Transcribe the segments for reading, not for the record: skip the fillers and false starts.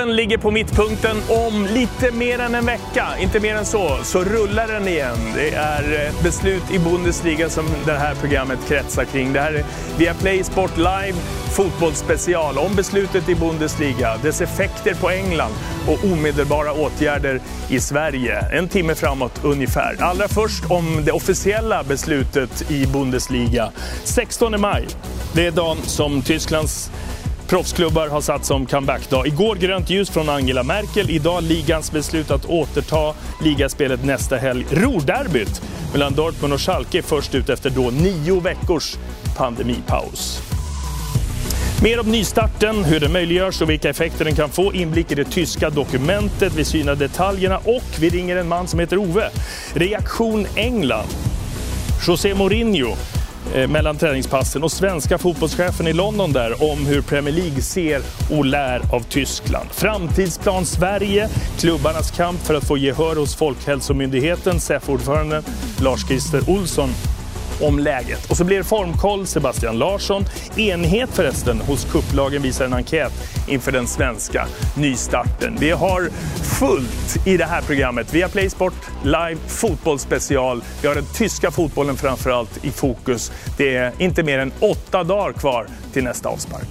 Fotbollen ligger på mittpunkten om lite mer än en vecka. Inte mer än så rullar den igen. Det är ett beslut i Bundesliga som det här programmet kretsar kring. Det här är Viaplay Sport Live fotbollsspecial om beslutet i Bundesliga, dess effekter på England och omedelbara åtgärder i Sverige. En timme framåt ungefär. Allra först om det officiella beslutet i Bundesliga. 16 maj, det är dagen som Tysklands proffsklubbar har satt som comebackdag. Igår grönt ljus från Angela Merkel. Idag ligans beslut att återta ligaspelet nästa helg. Ruhrderbyt mellan Dortmund och Schalke först ut efter då 9 veckors pandemipaus. Mer om nystarten, hur den möjliggörs och vilka effekter den kan få. Inblick i det tyska dokumentet. Vi synar detaljerna och vi ringer en man som heter Ove. Reaktion England. José Mourinho mellan träningspassen och svenska fotbollschefen i London där om hur Premier League ser och lär av Tyskland. Framtidsplan Sverige, klubbarnas kamp för att få gehör hos Folkhälsomyndigheten, SEF-ordföranden Lars-Christer Olsson om läget. Och så blir det formkoll, Sebastian Larsson. Enhet förresten hos kupplagen visar en enkät inför den svenska nystarten. Vi har fullt i det här programmet. Vi har Play Sport Live fotbollsspecial. Vi har den tyska fotbollen framförallt i fokus. Det är inte mer än 8 dagar kvar till nästa avspark.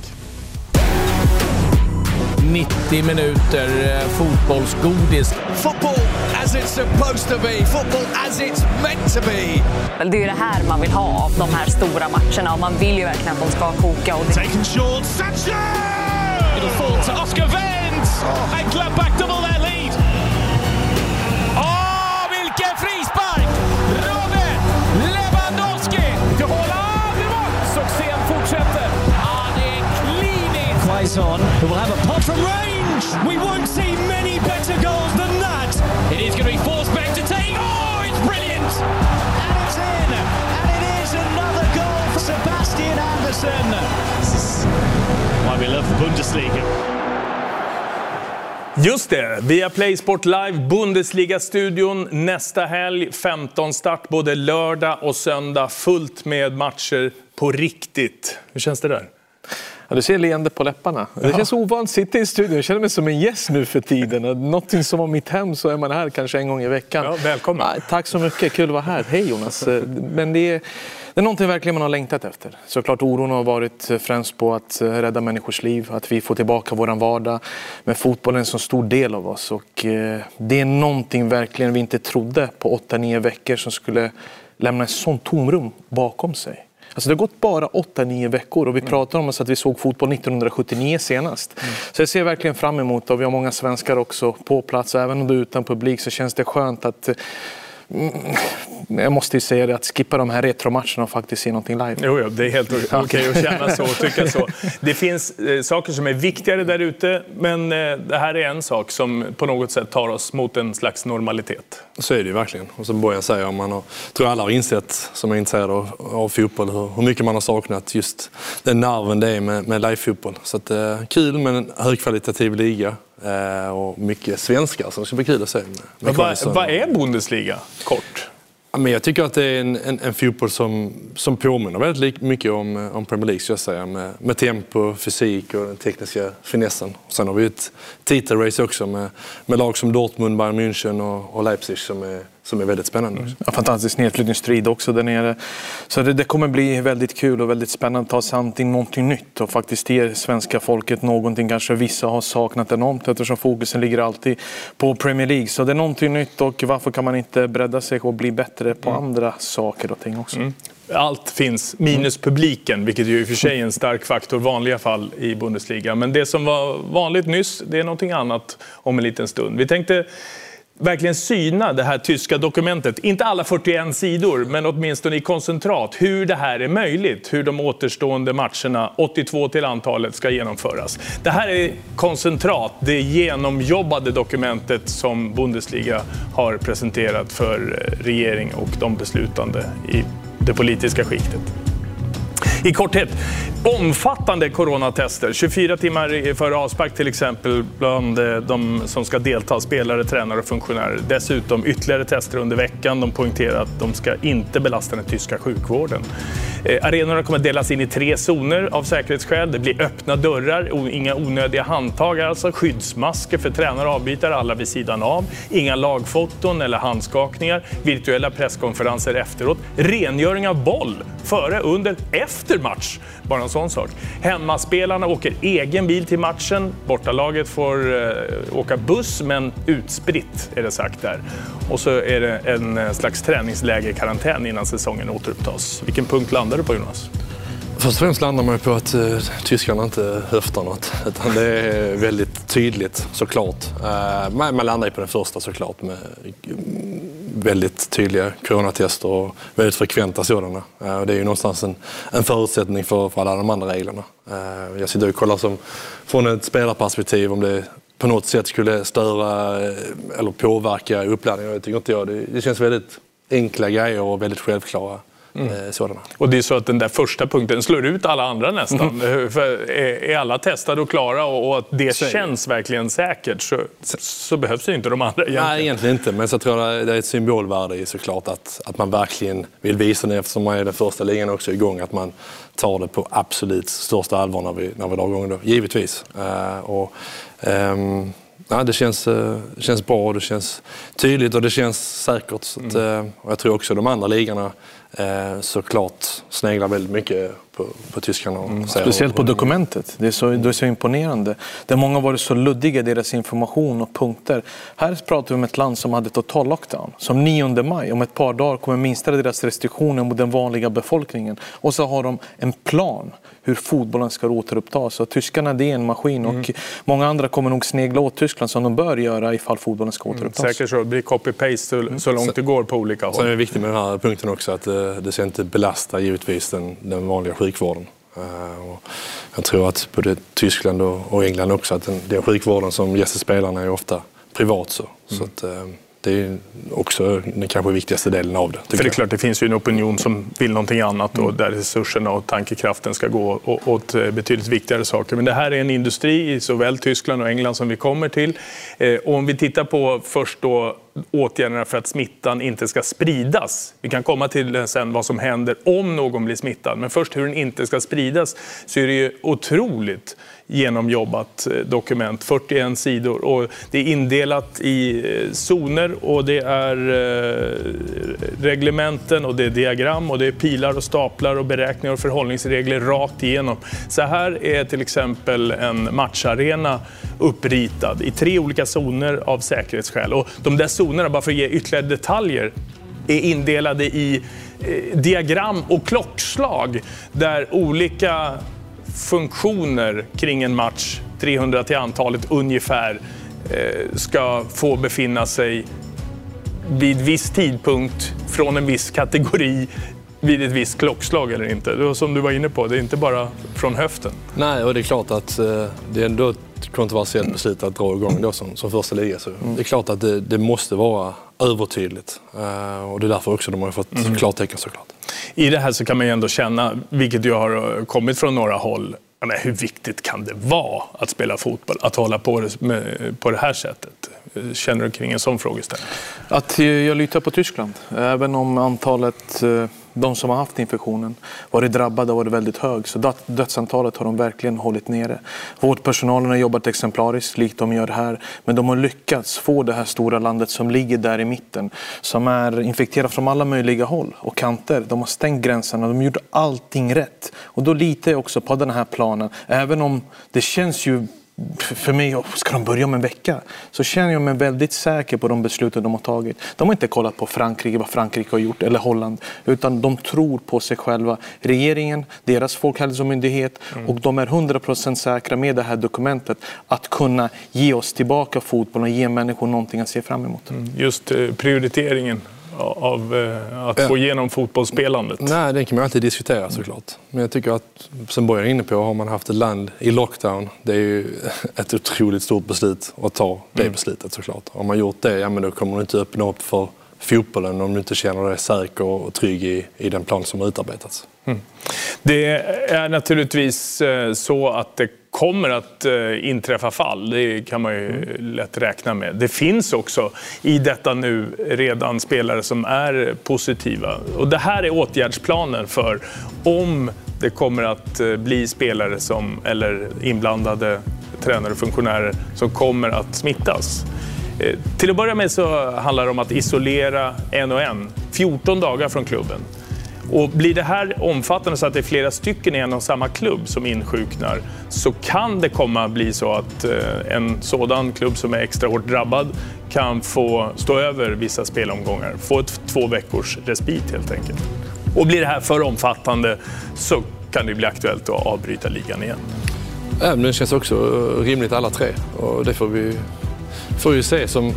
90 minuter fotbollsgodis. Football as it's supposed to be. Football as it's meant to be. Det är ju det här man vill ha av de här stora matcherna och man vill ju verkligen att de ska koka. Och taken short, Sancho! It'll fall to Oscar Wendt! And Gladbach double their lead. Vilken frispark! Robert Lewandowski till Haaland! Succén fortsätter. Det är kliniskt. Quaison, who will have a pot from range. We won't see many better goals than that. It is going to be Forsberg to take. It's brilliant! And it's in. And it is another goal for Sebastian Andersson. This is why we love Bundesliga. Just det, via Play Sport Live, Bundesliga-studion nästa helg, 15 start både lördag och söndag, fullt med matcher på riktigt. Hur känns det där? Ja, du ser leende på läpparna. Det känns ovant att sitta i studion. Jag känner mig som en gäst nu för tiden. Någonting som var mitt hem så är man här kanske en gång i veckan. Ja, välkommen. Ja, tack så mycket, kul att vara här. Hej Jonas. Men det är någonting verkligen man har längtat efter. Såklart oron har varit främst på att rädda människors liv. Att vi får tillbaka våran vardag. Men fotbollen är en så stor del av oss. Och det är någonting verkligen vi inte trodde på 8-9 veckor som skulle lämna ett sånt tomrum bakom sig. Alltså det har gått bara 8-9 veckor och vi pratar om att vi såg fotboll 1979 senast. Så jag ser verkligen fram emot och vi har många svenskar också på plats. Även om det är utan publik så känns det skönt att jag måste ju säga det, att skippa de här retromatcherna och faktiskt se någonting live. Jo, det är helt okej att känna så och tycka så. Det finns saker som är viktigare där ute, men det här är en sak som på något sätt tar oss mot en slags normalitet. Så är det ju verkligen. Och som Bojan säger, tror alla har insett som är intresserade av fotboll hur mycket man har saknat just den nerven det är med live-fotboll. Så att, kul med en högkvalitativ liga. Och mycket svenskar som ska bli kul att se. Vad är Bundesliga kort? Men jag tycker att det är en fotboll som påminner väldigt mycket om Premier League, så jag säga, med tempo, fysik och den tekniska finessen. Sen har vi ett titelrace också med lag som Dortmund, Bayern München och Leipzig som är väldigt spännande. Ja, fantastisk nedflyttningsstrid också där nere. Så det kommer bli väldigt kul och väldigt spännande att ta sig någonting nytt och faktiskt ge svenska folket någonting kanske vissa har saknat enormt eftersom fokusen ligger alltid på Premier League. Så det är någonting nytt och varför kan man inte bredda sig och bli bättre på andra saker och ting också. Allt finns minus publiken, vilket ju i och för sig är en stark faktor i vanliga fall i Bundesliga. Men det som var vanligt nyss, det är någonting annat om en liten stund. Vi tänkte verkligen syna det här tyska dokumentet. Inte alla 41 sidor, men åtminstone i koncentrat. Hur det här är möjligt. Hur de återstående matcherna, 82 till antalet, ska genomföras. Det här är koncentrat. Det genomjobbade dokumentet som Bundesliga har presenterat för regering och de beslutande i det politiska skiktet. I korthet, omfattande coronatester, 24 timmar före avspark till exempel bland de som ska delta, spelare, tränare och funktionärer. Dessutom ytterligare tester under veckan. De poängterar att de ska inte belasta den tyska sjukvården. Arenorna kommer delas in i 3 zoner av säkerhetsskäl. Det blir öppna dörrar och inga onödiga handtag, alltså skyddsmasker för tränare och avbytare, alla vid sidan av. Inga lagfoton eller handskakningar, virtuella presskonferenser efteråt, rengöring av boll före, under, efter match. Bara en sån sak. Hemmaspelarna åker egen bil till matchen. Bortalaget får åka buss, men utspritt är det sagt där. Och så är det en slags träningslägerkarantän innan säsongen återupptas. Vilken punkt landar du på, Jonas? Först och främst landar man på att tyskarna inte höftar något. Utan det är väldigt tydligt, såklart. Man landar ju på den första, såklart, med väldigt tydliga coronatester och väldigt frekventa sådana. Det är ju någonstans en förutsättning för alla de andra reglerna. Jag sitter och kollar från ett spelarperspektiv om det på något sätt skulle störa eller påverka uppladdningen. Jag tycker inte jag. Det känns väldigt enkla grejer och väldigt självklara. Sådana. Och det är så att den där första punkten slår ut alla andra nästan. För är alla testade och klara och att det känns verkligen säkert, så behövs ju inte de andra egentligen. Nej, egentligen inte. Men så tror jag det är ett symbolvärde i, såklart, att man verkligen vill visa det, eftersom man är den första ligan också igång, att man tar det på absolut största allvar när vi drar igång då. Givetvis. Ja, det känns bra och det känns tydligt och det känns säkert. Så att, och jag tror också de andra ligorna såklart sneglar väldigt mycket på tyskarna. Speciellt på dokumentet. Det är så imponerande. Det många har varit så luddiga i deras information och punkter. Här pratar vi om ett land som hade total lockdown. Som 9 maj, om ett par dagar, kommer minska deras restriktioner mot den vanliga befolkningen. Och så har de en plan hur fotbollen ska återupptas. Så tyskarna, det är en maskin, och många andra kommer nog snegla åt Tyskland som de bör göra ifall fotbollen ska återupptas. Säkert så. Det blir copy-paste så långt det går på olika håll. Så är det viktigt med den här punkten också, att det ska inte belasta givetvis den vanliga sjukvården. Och jag tror att både Tyskland och England också, att den sjukvården som ges till spelarna är ofta privat. Så att, det är också den kanske viktigaste delen av det. För det är klart, det finns ju en opinion som vill någonting annat och där resurserna och tankekraften ska gå åt betydligt viktigare saker. Men det här är en industri i såväl Tyskland och England som vi kommer till. Och om vi tittar på först då åtgärderna för att smittan inte ska spridas. Vi kan komma till sen vad som händer om någon blir smittad. Men först hur den inte ska spridas, så är det ju otroligt genomjobbat dokument. 41 sidor, och det är indelat i zoner, och det är reglementen, och det är diagram, och det är pilar och staplar och beräkningar och förhållningsregler rakt igenom. Så här är till exempel en matcharena uppritad i 3 olika zoner av säkerhetsskäl. Och de där zonerna, bara för att ge ytterligare detaljer, är indelade i diagram och klockslag där olika funktioner kring en match, 300 till antalet ungefär, ska få befinna sig vid viss tidpunkt från en viss kategori vid ett visst klockslag eller inte. Det var som du var inne på, det är inte bara från höften. Nej, och det är klart att det är ändå ett kontroversiellt beslut att dra igång då som första liga. Så det är klart att det måste vara övertydligt. Och det är därför också de har fått klartecken, såklart. I det här så kan man ju ändå känna, vilket ju har kommit från några håll, hur viktigt kan det vara att spela fotboll, att hålla på det här sättet? Känner du kring en sån frågeställning? Att jag litar på Tyskland. Även om antalet, de som har haft infektionen, varit drabbade, varit väldigt hög. Så dödsantalet har de verkligen hållit nere. Vårdpersonalen har jobbat exemplariskt, likt de gör här. Men de har lyckats få det här stora landet som ligger där i mitten, som är infekterat från alla möjliga håll och kanter. De har stängt gränserna, de gjorde allting rätt. Och då litar jag också på den här planen. Även om det känns ju, för mig, ska de börja om en vecka, så känner jag mig väldigt säker på de besluten de har tagit. De har inte kollat på Frankrike, vad Frankrike har gjort, eller Holland, utan de tror på sig själva. Regeringen, deras folkhälsomyndighet, och de är 100% säkra med det här dokumentet att kunna ge oss tillbaka fotbollen och ge människor någonting att se fram emot. Just prioriteringen av att få igenom fotbollsspelandet? Nej, det kan man alltid diskutera, såklart. Men jag tycker att, som Bojan är inne på, har man haft ett land i lockdown, det är ju ett otroligt stort beslut att ta det beslutet, såklart. Om man gjort det, men då kommer man inte öppna upp för fotbollen om du inte känner dig säker och trygg i den plan som har utarbetats. Det är naturligtvis så att det kommer att inträffa fall. Det kan man ju lätt räkna med. Det finns också i detta nu redan spelare som är positiva. Och det här är åtgärdsplanen för om det kommer att bli spelare som, eller inblandade tränare och funktionärer som kommer att smittas. Till att börja med så handlar det om att isolera en och en 14 dagar från klubben. Och blir det här omfattande så att det är flera stycken i en och samma klubb som insjuknar, så kan det komma att bli så att en sådan klubb som är extra hårt drabbad kan få stå över vissa spelomgångar, få ett 2 veckors respit helt enkelt. Och blir det här för omfattande så kan det bli aktuellt att avbryta ligan igen. Men det känns också rimligt alla tre, och det får vi se som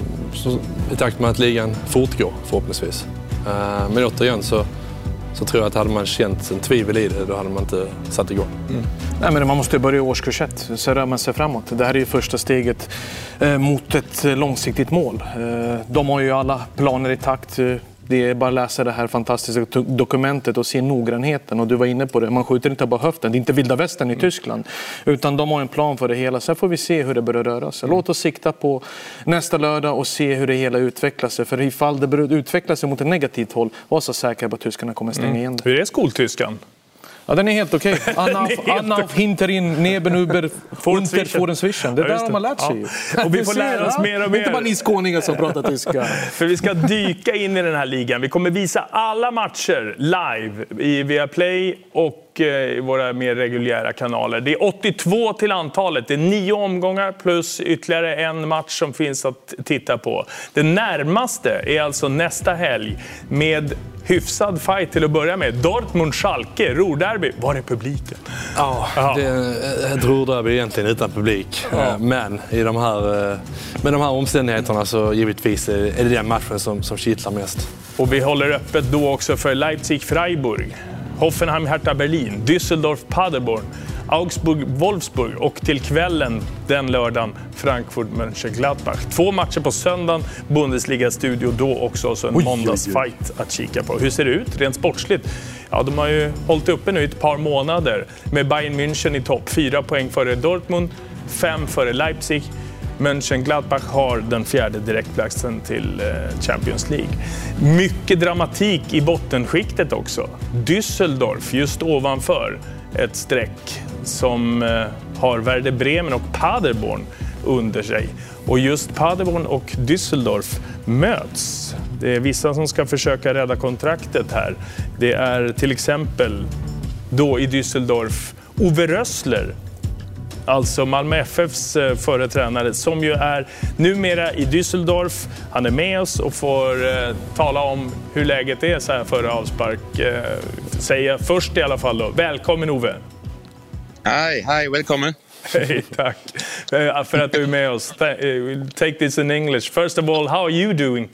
i takt med att ligan fortgår förhoppningsvis. Men återigen så tror jag att hade man känt en tvivel i det, då hade man inte satt igång. Nej, men man måste börja i årskurs 1, så rör man sig framåt. Det här är ju första steget mot ett långsiktigt mål. De har ju alla planer i takt. Det är bara att läsa det här fantastiska dokumentet och se noggrannheten. Och du var inne på det, man skjuter inte bara höften. Det är inte vilda västern i Tyskland. Utan de har en plan för det hela. Sen får vi se hur det börjar röra sig. Låt oss sikta på nästa lördag och se hur det hela utvecklar sig. För ifall det börjar utveckla sig mot ett negativt håll, var så säkra på att tyskarna kommer stänga igen det. Hur är skoltyskan? Ja, den är helt okej. Anna hinter in neben über unter vor den Zwischen. Det där har man lärt sig. Ja. Och vi får lära oss mer och mer. Det är inte bara ni skåningar som pratar tyska. För vi ska dyka in i den här ligan. Vi kommer visa alla matcher live i Viaplay och i våra mer reguljära kanaler. Det är 82 till antalet. Det är 9 omgångar plus ytterligare en match som finns att titta på. Det närmaste är alltså nästa helg med hyfsad fight till att börja med. Dortmund-Schalke, Ruhrderby. Var är publiken? Ja, det är ett Ruhrderby egentligen utan publik. Ja. Men med de här omständigheterna så givetvis är det den matchen som kittlar mest. Och vi håller öppet då också för Leipzig-Freiburg, Hoffenheim-Hertha Berlin, Düsseldorf-Paderborn, Augsburg-Wolfsburg och till kvällen den lördagen Frankfurt-Mönchengladbach. 2 matcher på söndagen, Bundesliga-studio då också, så en måndagsfight att kika på. Hur ser det ut rent sportsligt? Ja, de har ju hållit uppe nu i ett par månader med Bayern München i topp. 4 poäng före Dortmund, 5 före Leipzig. Mönchengladbach har den 4:e direktplatsen till Champions League. Mycket dramatik i bottenskiktet också. Düsseldorf just ovanför ett streck som har Werder Bremen och Paderborn under sig. Och just Paderborn och Düsseldorf möts. Det är vissa som ska försöka rädda kontraktet här. Det är till exempel då i Düsseldorf Ove Rössler, alltså Malmö FFs företränare, som ju är numera i Düsseldorf. Han är med oss och får tala om hur läget är så här före avspark. Säga först i alla fall då. Välkommen Ove. Hi, välkommen. Hej, tack för att du är med oss. We'll take this in English. First of all, how are you doing?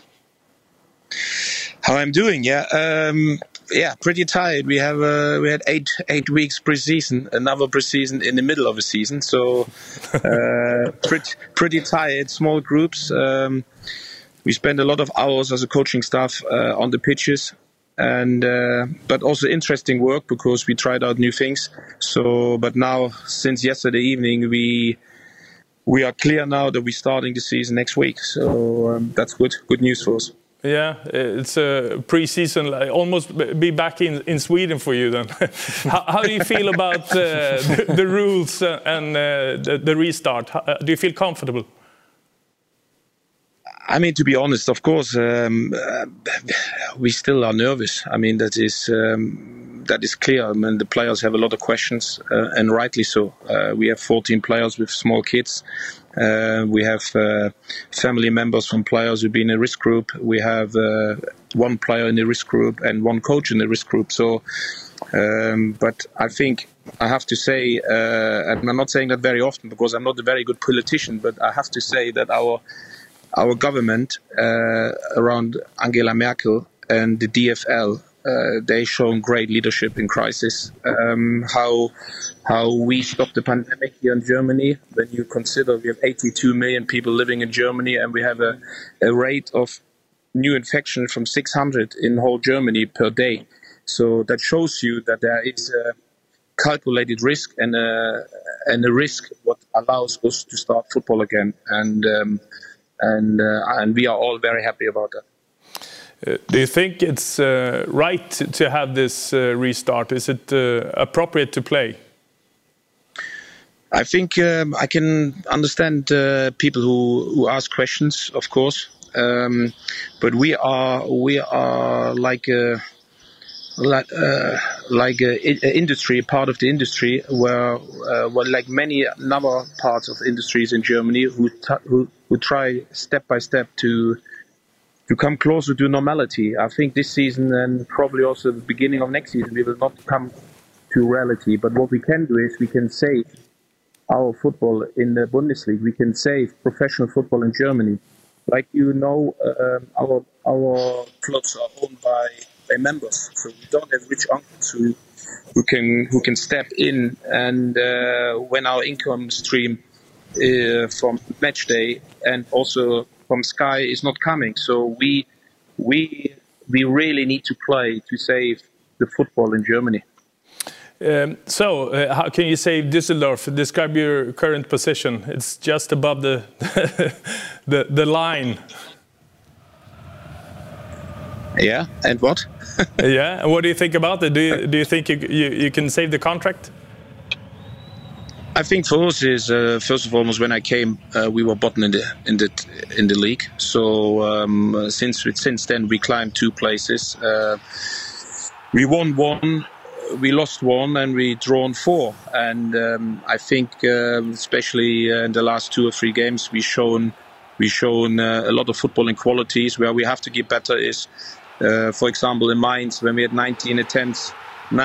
How I'm doing? Yeah, pretty tired. We had eight weeks pre-season, another pre-season in the middle of a season, so pretty tired. Small groups. We spend a lot of hours as a coaching staff on the pitches, and but also interesting work because we tried out new things. So, but now since yesterday evening, we are clear now that we're starting the season next week. So that's good news for us. Yeah, it's a pre-season, almost be back in Sweden for you then. How do you feel about the rules and the restart? Do you feel comfortable? I mean, to be honest, of course, we still are nervous. I mean, that is clear. I mean, the players have a lot of questions, and rightly so. We have 14 players with small kids. We have family members from players who've been in a risk group. We have 1 player in the risk group and 1 coach in the risk group. So, but I think I have to say, and I'm not saying that very often because I'm not a very good politician, but I have to say that our government around Angela Merkel and the DFL, they shown great leadership in crisis. How we stopped the pandemic here in Germany. When you consider we have 82 million people living in Germany, and we have a rate of new infection from 600 in whole Germany per day. So that shows you that there is a calculated risk and and a risk what allows us to start football again, and we are all very happy about that. Do you think it's right to have this restart? Is it appropriate to play? I think I can understand people who ask questions, of course, but we are like a industry, part of the industry, where like many other parts of industries in Germany who try step by step to come closer to normality. I think this season and probably also the beginning of next season we will not come to reality. But what we can do is we can save our football in the Bundesliga. We can save professional football in Germany. Like our clubs are owned by members, so we don't have rich uncles who can step in and when our income stream from match day and also from Sky is not coming. So we really need to play to save the football in Germany. How can you save Düsseldorf? Describe your current position. It's just above the line. Yeah, and what? Yeah, and what do you think about it? Do you think you can save the contract? I think for us is first and foremost when I came, we were bottom in the league. So since then we climbed 2 places. We won 1, we lost 1, and we drawn 4. And I think especially in the last 2 or 3 games we shown a lot of footballing qualities. Where we have to get better is, for example, in Mainz when we had 19 attempts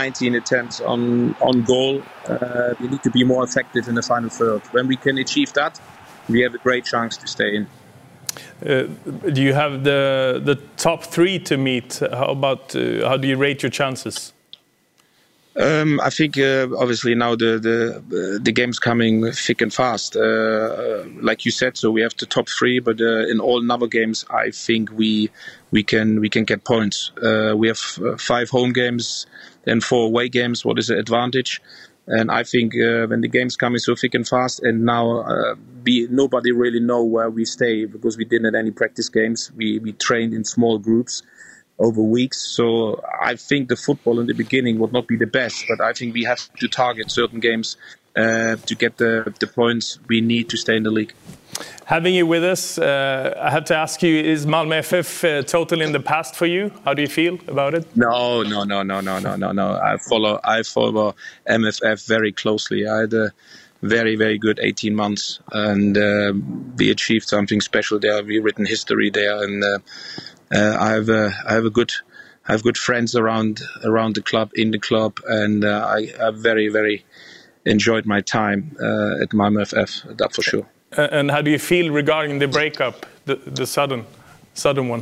on goal, we need to be more effective in the final third. When we can achieve that, we have a great chance to stay in. Do you have the top 3 to meet? How do you rate your chances? I think obviously now the game's coming thick and fast. Like you said, so we have the top 3, but in all other games, I think we can get points. We have 5 home games and 4 away games. What is the advantage? And I think when the game's coming so thick and fast, and now nobody really know where we stay because we didn't have any practice games. We trained in small groups over weeks. So I think the football in the beginning would not be the best, but I think we have to target certain games to get the points we need to stay in the league. Having you with us, I have to ask you, is Malmö FF totally in the past for you? How do you feel about it? No. I follow MFF very closely. I had a very, very good 18 months and we achieved something special there. We've written history there, and I have good friends around the club, in the club, and I very, very enjoyed my time at Malmö FF, that for sure. And how do you feel regarding the breakup, the sudden one?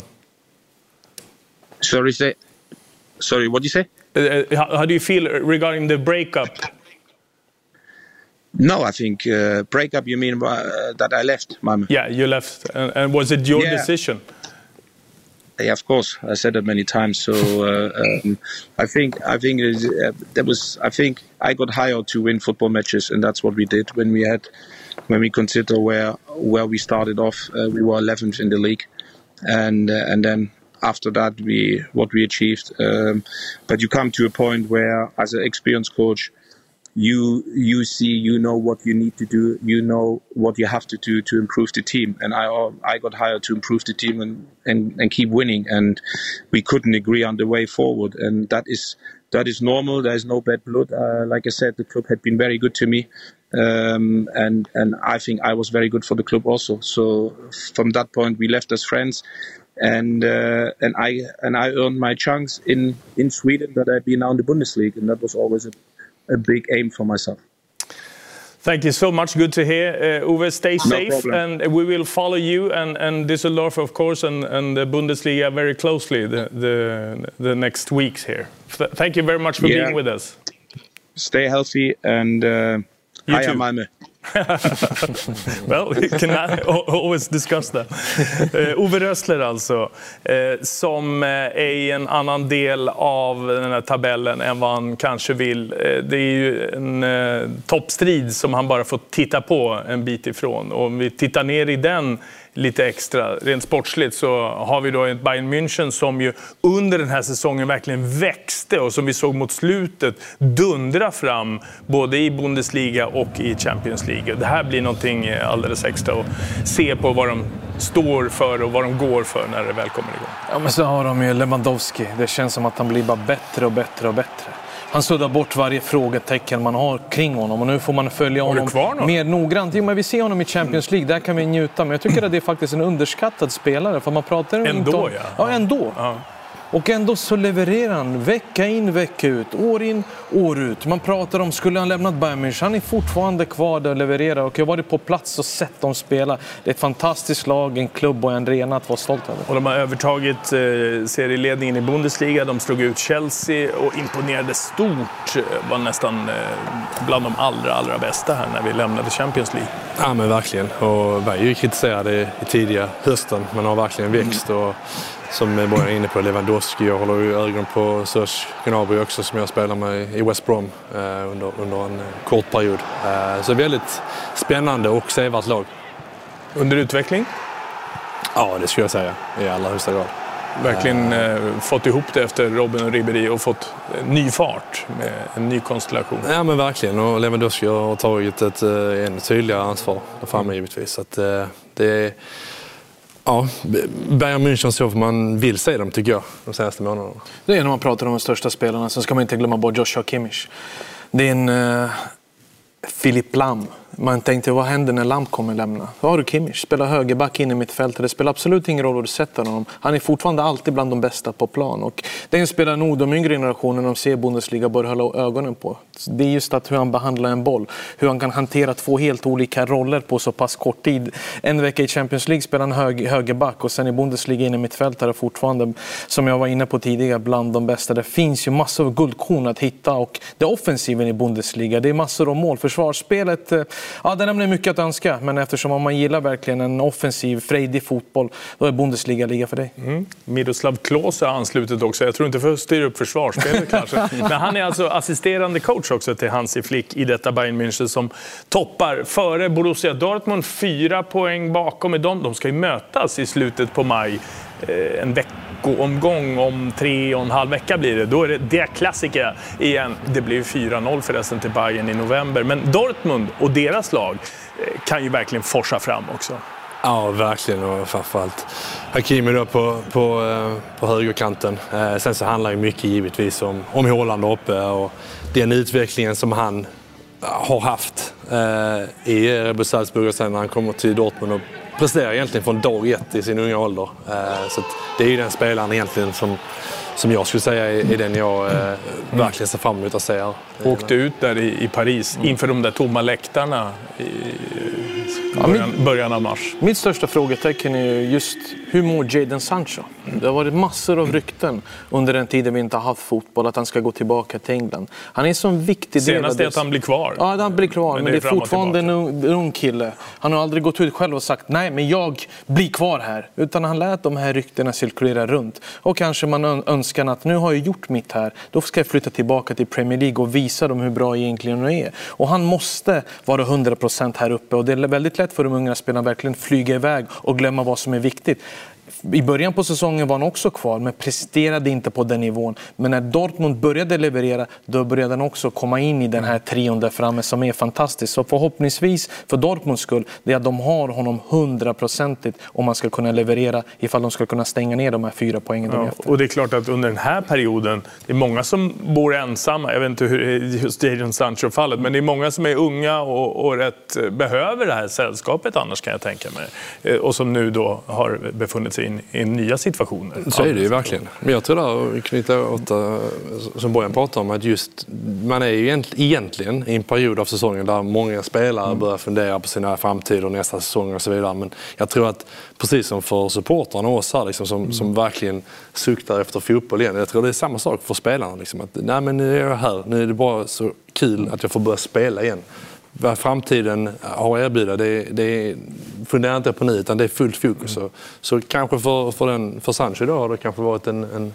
Sorry, what do you say? How do you feel regarding the breakup? No, I think breakup. You mean that I left Malmö? Yeah, you left, and was it your decision? Yeah, of course. I said that many times. So I think I got hired to win football matches, and that's what we did. When we consider where we started off, we were 11th in the league, and then after that what we achieved. But you come to a point where, as an experienced coach, you see, you know what you need to do, you know what you have to do to improve the team. And I got hired to improve the team and keep winning, and we couldn't agree on the way forward. And that is normal. There is no bad blood. Like I said, the club had been very good to me, and I think I was very good for the club also. So from that point, we left as friends, and I earned my chance in Sweden that I've been now in the Bundesliga, and that was always a big aim for myself. Thank you so much. Good to hear. Uwe, stay safe, problem. and we will follow you and Düsseldorf, of course, and the Bundesliga very closely the next weeks here. Thank you very much for being with us. Stay healthy, and Heia Malmö. Well, we can always discuss that. Ove Rössler alltså, som är i en annan del av den här tabellen än vad han kanske vill. Det är ju en toppstrid som han bara får titta på en bit ifrån. Och om vi tittar ner i den lite extra, rent sportsligt, så har vi då ett Bayern München som ju under den här säsongen verkligen växte och som vi såg mot slutet dundra fram både i Bundesliga och i Champions League. Det här blir någonting alldeles extra att se på vad de står för och vad de går för när det väl kommer igång. Ja, men så har de ju Lewandowski. Det känns som att han blir bara bättre och bättre och bättre. Han suddar bort varje frågetecken man har kring honom och nu får man följa honom mer noggrant. Jo, men vi ser honom i Champions League, där kan vi njuta. Men jag tycker att det är faktiskt en underskattad spelare, för man pratar ändå, inte om... Ja, ändå. Ja. Och ändå så levererar han vecka in, vecka ut, år in, år ut. Man pratar om, skulle han lämnat Bayern München? Han är fortfarande kvar där och levererar. Och jag har varit på plats och sett dem spela. Det är ett fantastiskt lag, en klubb och en arena att vara stolt över. Och de har övertagit serieledningen i Bundesliga. De slog ut Chelsea och imponerade stort. Var nästan bland de allra bästa här när vi lämnade Champions League. Ja, men verkligen. Och var ju kritiserade i tidiga hösten. Man har verkligen växt och... Som jag är inne på, Lewandowski. Jag håller ju ögon på Serge Gnabry också, som jag spelar med i West Brom under en kort period. Så väldigt spännande och sevärt lag. Under utveckling? Ja, det skulle jag säga i allra högsta grad. Verkligen fått ihop det efter Robben och Ribéry och fått ny fart med en ny konstellation. Ja, men verkligen. Och Lewandowski har tagit ett ännu tydligare ansvar där framme givetvis. Så att, det är... Ja, Bayern München så för man vill se dem, tycker jag, de senaste månaderna. Det är när man pratar om de största spelarna, så ska man inte glömma bort Joshua Kimmich. Det är en Philipp Lahm. Man tänkte, vad händer när Lahm kommer lämna? Då har du Kimmich, spelar högerback in i mittfältet. Det spelar absolut ingen roll hur du sätter honom. Han är fortfarande alltid bland de bästa på plan. Och det är en spelare nog de yngre generationen de ser Bundesliga bör hålla ögonen på. Det är just att hur han behandlar en boll. Hur han kan hantera två helt olika roller på så pass kort tid. En vecka i Champions League spelar han högerback och sen i Bundesliga in i mittfältare fortfarande, som jag var inne på tidigare, bland de bästa. Det finns ju massor av guldkorn att hitta, och det är offensiven i Bundesliga. Det är massor av mål. Försvarsspelet, ja, det nämner mycket att önska, men eftersom om man gillar verkligen en offensiv, frejdig fotboll, då är Bundesliga liga för dig. Miroslav Klose har anslutit också. Jag tror inte för att styra upp försvarsspelet kanske. Men han är alltså assisterande coach också till Hansi Flick i detta Bayern München som toppar före Borussia Dortmund, 4 poäng bakom i dem. De ska ju mötas i slutet på maj. En veckoomgång om 3,5 vecka blir det. Då är det klassiker igen. Det blir 4-0 förresten till Bayern i november. Men Dortmund och deras lag kan ju verkligen forsa fram också. Ja, verkligen. Och framförallt Hakimi då på högerkanten. Sen så handlar det mycket givetvis om Haaland uppe och den utvecklingen som han har haft i Red Bull Salzburg och sen när han kommer till Dortmund och presterar egentligen från dag 1 i sin unga ålder. Så att det är ju den spelaren egentligen som jag skulle säga är den jag verkligen ser fram emot att se här. Åkte ut där i Paris inför de där tomma läktarna i början av mars. Mitt största frågetecken är just hur mår Jadon Sancho? Det har varit massor av rykten under den tiden vi inte har haft fotboll att han ska gå tillbaka till England. Han är så en viktig del. Senast är att han blir kvar. Ja, han blir kvar, men det är fortfarande en ung kille. Han har aldrig gått ut själv och sagt nej, men jag blir kvar här. Utan han lät de här ryktena cirkulera runt. Och kanske man önskar att nu har jag gjort mitt här. Då ska jag flytta tillbaka till Premier League och visa dem hur bra egentligen det är. Och han måste vara 100% här uppe. Och det är väldigt lätt för de unga spelarna verkligen flyga iväg och glömma vad som är viktigt. I början på säsongen var han också kvar, men presterade inte på den nivån. Men när Dortmund började leverera, då började han också komma in i den här trion där framme som är fantastisk. Så förhoppningsvis för Dortmunds skull, det är att de har honom 100% om man ska kunna leverera, ifall de ska kunna stänga ner de här 4 poängen de efter. Och det är klart att under den här perioden, det är många som bor ensamma. Jag vet inte hur just Jadon Sancho-fallet, men det är många som är unga och rätt behöver det här sällskapet annars, kan jag tänka mig. Och som nu då har befunnit sig i nya situationer. Så är det ju verkligen. Men jag tror där, knyta åt som Bojan pratar om, att just man är ju egentligen i en period av säsongen där många spelare börjar fundera på sina framtider och nästa säsong och så vidare. Men jag tror att precis som för supportrarna och oss här liksom, som verkligen suktar efter fotboll igen. Jag tror det är samma sak för spelarna. Liksom, att nej, men nu är jag här. Nu är det bara så kul att jag får börja spela igen. vad framtiden har erbjudit, det funderar inte på nu, utan det är fullt fokus. Så kanske för Sancho då har det kanske varit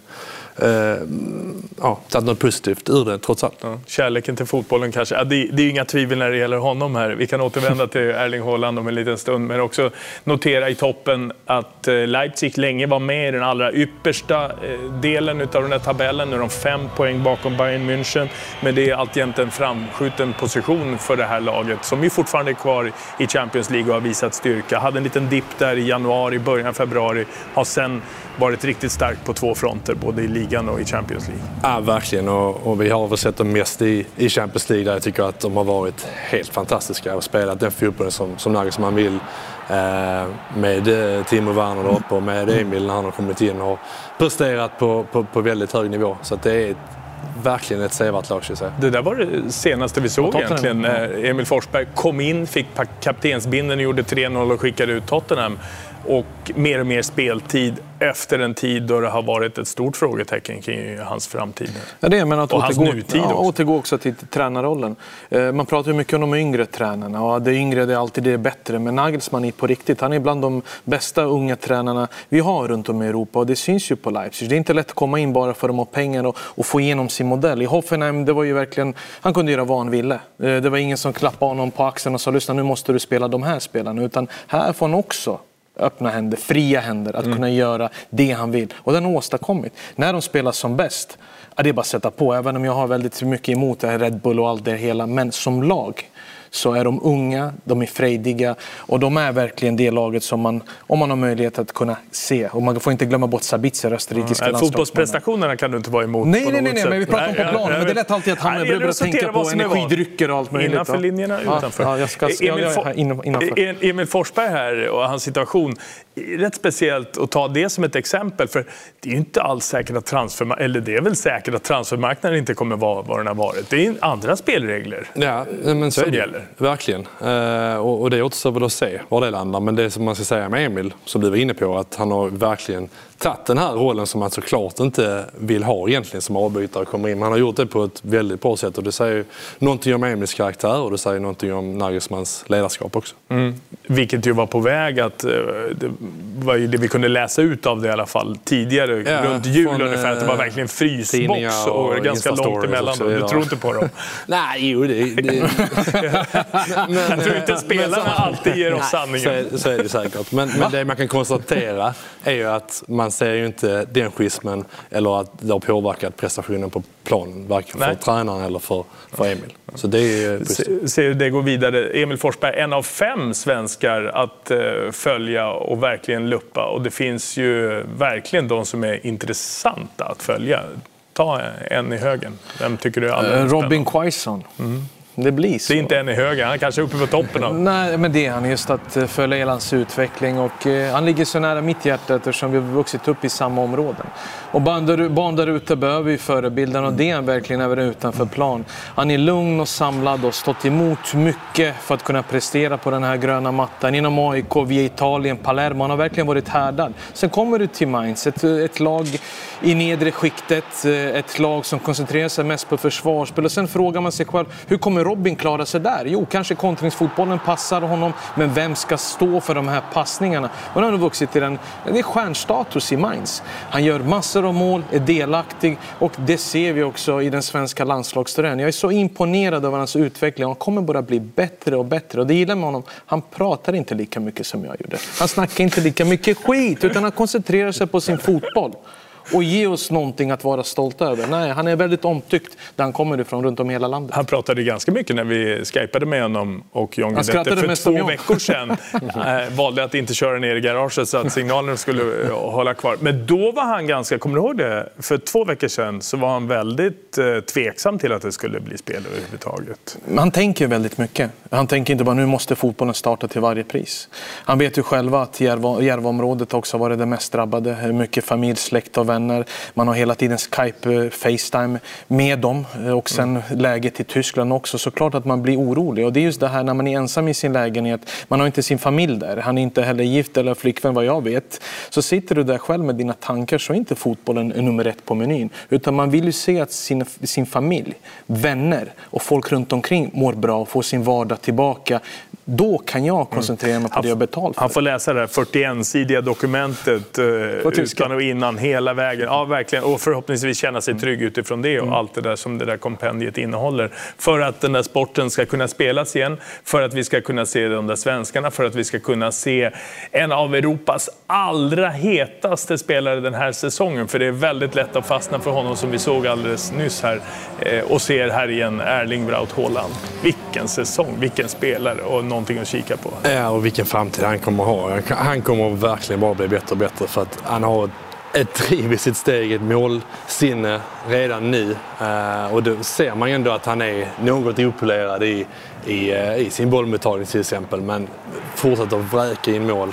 tagit något positivt ur det trots allt. Ja, kärleken till fotbollen kanske. Ja, det är ju inga tvivel när det gäller honom här. Vi kan återvända till Erling Haaland om en liten stund, men också notera i toppen att Leipzig länge var med i den allra yppersta delen av den här tabellen. Nu är de 5 poäng bakom Bayern München, men det är alltjämt en framskjuten position för det här laget som ju fortfarande är kvar i Champions League och har visat styrka. Hade en liten dipp där i januari, början av februari, har sen varit riktigt starkt på 2 fronter, både i ligan och i Champions League. Ja, verkligen. Och vi har väl sett dem mest i Champions League, där jag tycker att de har varit helt fantastiska och spelat den fotbollen som Nagelsmann vill, med Timo Werner där uppe och med Emil när han har kommit in och presterat på väldigt hög nivå. Så att det är verkligen ett sevärt lag, ska jag säga. Det där var det senaste vi såg egentligen. Emil Forsberg kom in, fick kaptensbindeln, gjorde 3-0 och skickade ut Tottenham. Och mer speltid efter en tid då det har varit ett stort frågetecken kring hans framtid. Ja, det är, men att och hans nutid också. Återgå också till tränarrollen. Man pratar ju mycket om de yngre tränarna, och det yngre det är alltid det bättre. Men Nagelsmann är på riktigt. Han är bland de bästa unga tränarna vi har runt om i Europa, och det syns ju på Leipzig. Det är inte lätt att komma in bara för att de har pengar och få igenom sin modell. I Hoffenheim, det var ju verkligen, han kunde göra vad han ville. Det var ingen som klappade honom på axeln och sa lyssna, nu måste du spela de här spelarna. Utan här får han också öppna händer, fria händer att kunna göra det han vill. Och den har åstadkommit. När de spelar som bäst, det är bara att sätta på. Även om jag har väldigt mycket emot Red Bull och allt det hela. Men som lag så är de unga, de är frejdiga, och de är verkligen det laget som man, om man har möjlighet att kunna se. Och man får inte glömma bort Sabitzer, österrikiska landslagsmannen. Fotbollsprestationerna kan du inte vara emot. Nej, men vi pratar om på planen. Men det är lätt alltid att han är beredd att tänka på energidrycker och allt möjligt. Innanför linjerna, utanför. Innanför. Emil Forsberg här och hans situation, rätt speciellt att ta det som ett exempel, för det är ju inte alls säkert att det är väl säkert att transfermarknaden inte kommer vara vad den har varit. Det är andra spelregler. Ja, men så gäller. Verkligen. Och det återstår väl att se var det landar. Men det som man ska säga med Emil, som du var inne på, att han har verkligen tagit den här rollen som han såklart inte vill ha egentligen som avbytare kommer in. Han har gjort det på ett väldigt bra sätt, och det säger någonting om Emils karaktär, och det säger någonting om Nagelsmanns ledarskap också. Vilket ju var på väg att det var ju det vi kunde läsa ut av det i alla fall tidigare, runt jul ungefär, att det var verkligen frysbox och ganska långt emellan dem. Du tror inte på dem? Nej, jo, jag tror inte spelarna alltid ger oss sanningen. Så är det säkert. Men det man kan konstatera är ju att man ser ju inte den schismen eller att det har påverkat prestationen på planen, varken för tränaren eller för Emil. Så det är ser det går vidare. Emil Forsberg, en av 5 svenskar att följa och verkligen luppa. Och det finns ju verkligen de som är intressanta att följa. Ta en i högen. Vem tycker du är allra Robin Quaison. Det blir så. Det är inte en i höger, han är kanske uppe på toppen av. Nej, men det är han, just att följa hela hans utveckling, och han ligger så nära mitt hjärta eftersom vi har vuxit upp i samma områden. Och barn där ute behöver ju förebilden, och det är han verkligen även utanför plan. Han är lugn och samlad och stått emot mycket för att kunna prestera på den här gröna mattan. Inom AIK, via Italien, Palermo, han har verkligen varit härdad. Sen kommer du till Mainz, ett lag i nedre skiktet, ett lag som koncentrerar sig mest på försvarsspel. Och sen frågar man sig själv, hur kommer Robin klara sig där? Jo, kanske kontringsfotbollen passar honom, men vem ska stå för de här passningarna? Och han har vuxit till det är stjärnstatus i Mainz. Han gör massor av mål, är delaktig, och det ser vi också i den svenska landslagströjan. Jag är så imponerad över hans utveckling. Han kommer bara bli bättre och bättre, och det gillar med honom. Han pratar inte lika mycket som jag gjorde. Han snackar inte lika mycket skit, utan han koncentrerar sig på sin fotboll och ge oss någonting att vara stolta över. Nej, han är väldigt omtyckt där han kommer ifrån runt om hela landet. Han pratade ganska mycket när vi skypade med honom, och John Guidetti för 2 veckor sedan valde att inte köra ner i garaget så att signalen skulle hålla kvar. Men då var han ganska, kommer du ihåg det? För 2 veckor sedan så var han väldigt tveksam till att det skulle bli spel överhuvudtaget. Han tänker väldigt mycket. Han tänker inte bara nu måste fotbollen starta till varje pris. Han vet ju själva att Järvaområdet också var det mest drabbade. Mycket familj, släkt och vänner. Man har hela tiden Skype, FaceTime med dem. Och sen läget i Tyskland också. Så klart att man blir orolig. Och det är just det här när man är ensam i sin lägenhet. Man har inte sin familj där. Han är inte heller gift eller flickvän vad jag vet. Så sitter du där själv med dina tankar så är inte fotbollen nummer 1 på menyn. Utan man vill ju se att sin familj, vänner och folk runt omkring mår bra och får sin vardag tillbaka. Då kan jag koncentrera mig på det jag betalt för. Han får läsa det här 41-sidiga dokumentet utan och innan hela vägen. Ja, verkligen. Och förhoppningsvis känna sig trygg utifrån det och allt det där som det där kompendiet innehåller. För att den där sporten ska kunna spelas igen. För att vi ska kunna se de där svenskarna. För att vi ska kunna se en av Europas allra hetaste spelare den här säsongen. För det är väldigt lätt att fastna för honom som vi såg alldeles nyss här. Och ser här igen Erling Braut Haaland. Vilken säsong, vilken spelare och någonting att kika på. Ja, och vilken framtid han kommer ha. Han kommer verkligen bara bli bättre och bättre för att han har ett driv i sitt steg, ett målsinne redan nu. Och då ser man ändå att han är något opolerad i sin bollmottagning till exempel, men fortsätter att vräka in mål.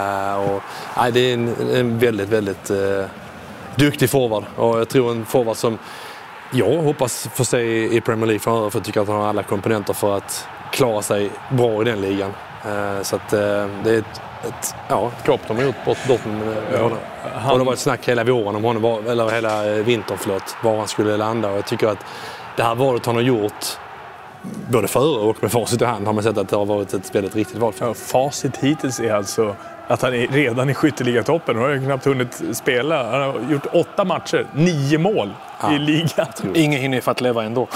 Det är en väldigt, väldigt duktig forward. Och jag tror en forward som jag hoppas få se i Premier League framöver, för jag tycker att han har alla komponenter för att klara sig bra i den ligan. Så att det är ett kropp de har gjort bort Dortmund. Och det var ett snack hela våren om honom, eller hela vintern, var han skulle landa. Och jag tycker att det här valet han har gjort både före och med facit i hand har man sett att det har varit ett väldigt riktigt val. Facit hittills är alltså att han är redan i skytteligatoppen. Han har ju knappt hunnit spela. Han har gjort 8 matcher, 9 mål i ligan. Ingen hinner för att leva ändå.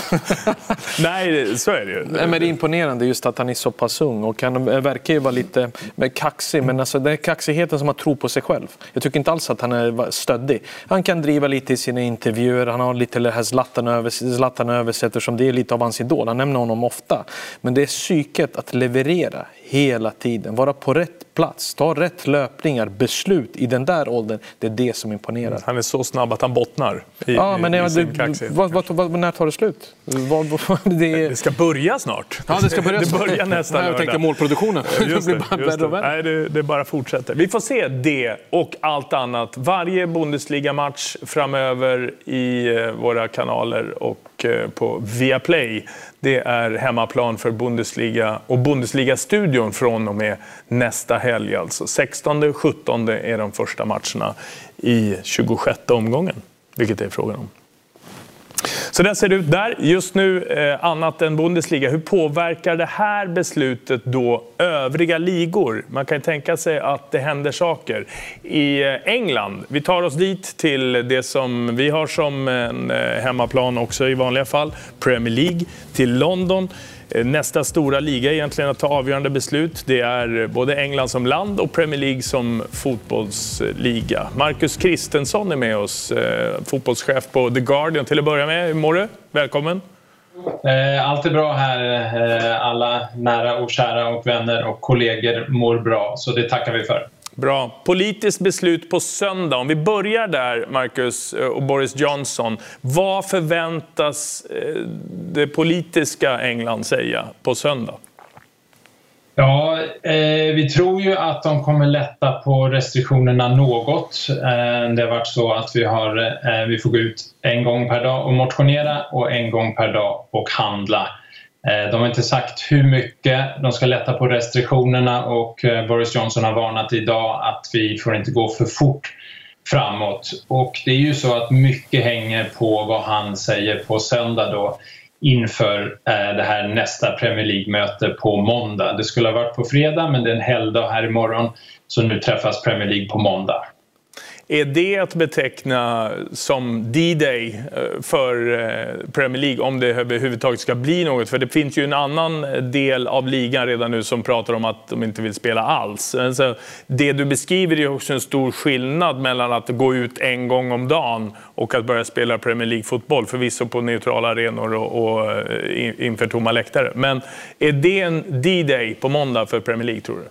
Nej, så är det ju. Men det är imponerande just att han är så pass ung. Och han verkar ju vara lite kaxig. Men alltså, det är kaxigheten som har tro på sig själv. Jag tycker inte alls att han är stöddig. Han kan driva lite i sina intervjuer. Han har lite det här Zlatan översätter som det är lite av hans idol. Han nämner honom ofta. Men det är psyket att leverera hela tiden. Vara på rätt plats. Ta rätt löpningar. Beslut i den där åldern. Det är det som imponerar. Han är så snabb att han bottnar i sin kaxighet. När tar det slut? Det ska börja snart. Ja, det ska börja det börjar nästa lördag. Jag tänkte målproduktionen. Nej, det bara fortsätter. Vi får se det och allt annat. Varje Bundesliga-match framöver i våra kanaler och på Viaplay. Det är hemmaplan för Bundesliga och Bundesliga-studion från och med nästa helg. Alltså 16-17 är de första matcherna i 26:e omgången, vilket är frågan om. Så där ser det ut där. Just nu annat än Bundesliga. Hur påverkar det här beslutet då övriga ligor? Man kan tänka sig att det händer saker. I England, vi tar oss dit till det som vi har som en hemmaplan också i vanliga fall. Premier League, till London. Nästa stora liga egentligen att ta avgörande beslut. Det är både England som land och Premier League som fotbollsliga. Marcus Kristensson är med oss, fotbollschef på The Guardian. Till att börja med, hur mår du? Välkommen. Allt är bra här. Alla nära och kära och vänner och kollegor mår bra. Så det tackar vi för. Bra. Politiskt beslut på söndag. Om vi börjar där, Marcus och Boris Johnson. Vad förväntas det politiska England säga på söndag? Ja, vi tror ju att de kommer lätta på restriktionerna något. Det har varit så att vi får gå ut en gång per dag och motionera och en gång per dag och handla. De har inte sagt hur mycket de ska lätta på restriktionerna och Boris Johnson har varnat idag att vi får inte gå för fort framåt. Och det är ju så att mycket hänger på vad han säger på söndag då inför det här nästa Premier League-möte på måndag. Det skulle ha varit på fredag men det är en helgdag här imorgon så nu träffas Premier League på måndag. Är det att beteckna som D-Day för Premier League om det överhuvudtaget ska bli något? För det finns ju en annan del av ligan redan nu som pratar om att de inte vill spela alls. Alltså, det du beskriver är också en stor skillnad mellan att gå ut en gång om dagen och att börja spela Premier League-fotboll. Förvisso på neutrala arenor och inför tomma läktare. Men är det en D-Day på måndag för Premier League, tror du?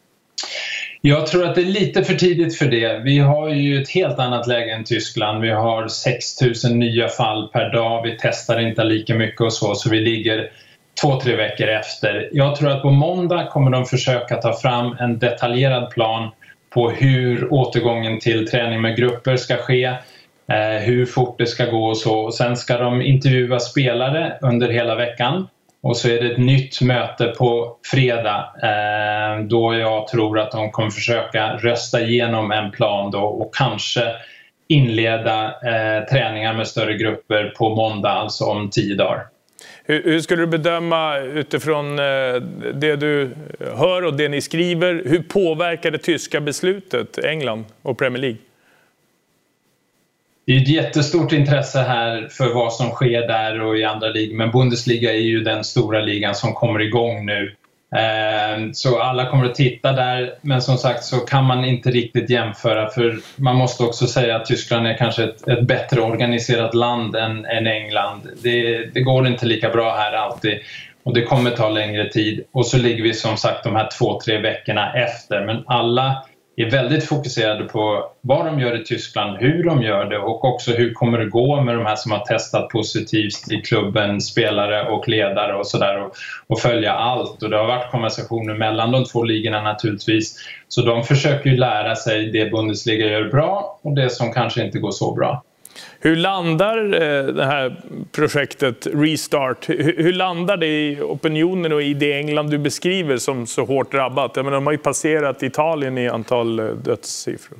Jag tror att det är lite för tidigt för det. Vi har ju ett helt annat läge än Tyskland. Vi har 6 000 nya fall per dag. Vi testar inte lika mycket och så vi ligger 2-3 veckor efter. Jag tror att på måndag kommer de försöka ta fram en detaljerad plan på hur återgången till träning med grupper ska ske. hur fort det ska gå och så. Och sen ska de intervjua spelare under hela veckan. Och så är det ett nytt möte på fredag då jag tror att de kommer försöka rösta igenom en plan då och kanske inleda träningar med större grupper på måndag, alltså om 10 dagar. Hur skulle du bedöma utifrån det du hör och det ni skriver, hur påverkar det tyska beslutet England och Premier League? Det är ett jättestort intresse här för vad som sker där och i andra ligor. Men Bundesliga är ju den stora ligan som kommer igång nu. Så alla kommer att titta där. Men som sagt så kan man inte riktigt jämföra. För man måste också säga att Tyskland är kanske ett bättre organiserat land än England. Det går inte lika bra här alltid. Och det kommer ta längre tid. Och så ligger vi som sagt de här 2-3 veckorna efter. Men alla är väldigt fokuserade på vad de gör i Tyskland, hur de gör det och också hur kommer det gå med de här som har testat positivt i klubben, spelare och ledare och sådär och följa allt. Och det har varit konversationer mellan de två ligorna naturligtvis. Så de försöker ju lära sig det Bundesliga gör bra och det som kanske inte går så bra. Hur landar det här projektet Restart? Hur landar det i opinionen och i det England du beskriver som så hårt drabbat? Jag menar, de har ju passerat Italien i antal dödssiffror.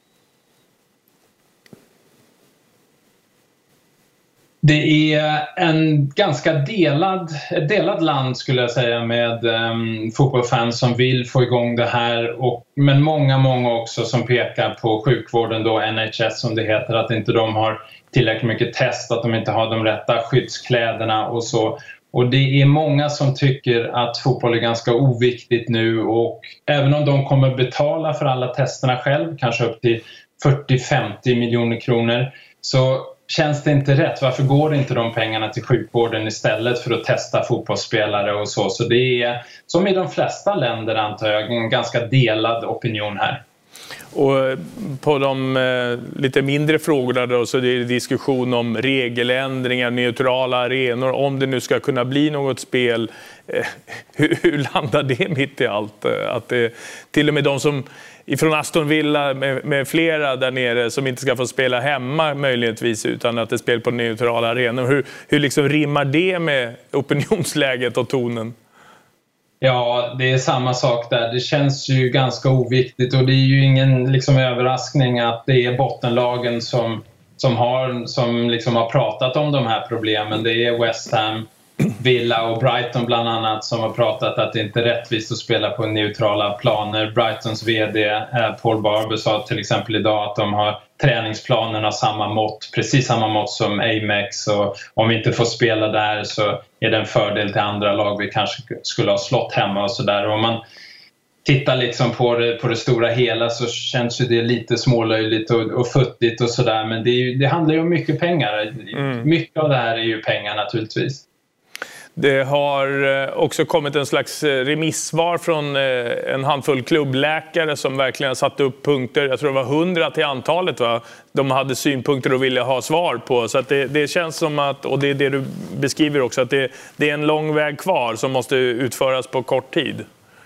Det är en ganska delad land skulle jag säga med fotbollsfans som vill få igång det här. Men många också som pekar på sjukvården då, NHS som det heter, att inte de har tillräckligt mycket test, att de inte har de rätta skyddskläderna och så. Och det är många som tycker att fotboll är ganska oviktigt nu och även om de kommer betala för alla testerna själv, kanske upp till 40-50 miljoner kronor, så känns det inte rätt. Varför går inte de pengarna till sjukvården istället för att testa fotbollsspelare och så? Så det är, som i de flesta länder antar jag, en ganska delad opinion här. Och på de lite mindre frågorna då, så det är diskussion om regeländringar, neutrala arenor, om det nu ska kunna bli något spel. Hur landar det mitt i allt? Att det, till och med de som ifrån Aston Villa med flera där nere som inte ska få spela hemma möjligtvis utan att det spelar på neutrala arenor. Hur liksom rimmar det med opinionsläget och tonen? Ja, det är samma sak där. Det känns ju ganska oviktigt och det är ju ingen liksom överraskning att det är bottenlagen som har pratat om de här problemen. Det är West Ham, Villa och Brighton bland annat som har pratat att det inte är rättvist att spela på neutrala planer. Brightons vd Paul Barber sa till exempel idag att de har träningsplanerna precis samma mått som Amex, och om vi inte får spela där så är det en fördel till andra lag vi kanske skulle ha slått hemma och sådär. Om man tittar liksom på det stora hela så känns ju det lite smålöjligt och futtigt och sådär, men det handlar ju om mycket pengar. Mycket av det här är ju pengar naturligtvis. Det har också kommit en slags remissvar från en handfull klubbläkare som verkligen satt upp punkter. Jag tror det var 100 till antalet, va? De hade synpunkter och ville ha svar på. Så att det känns som att, och det är det du beskriver också, att det är en lång väg kvar som måste utföras på kort tid.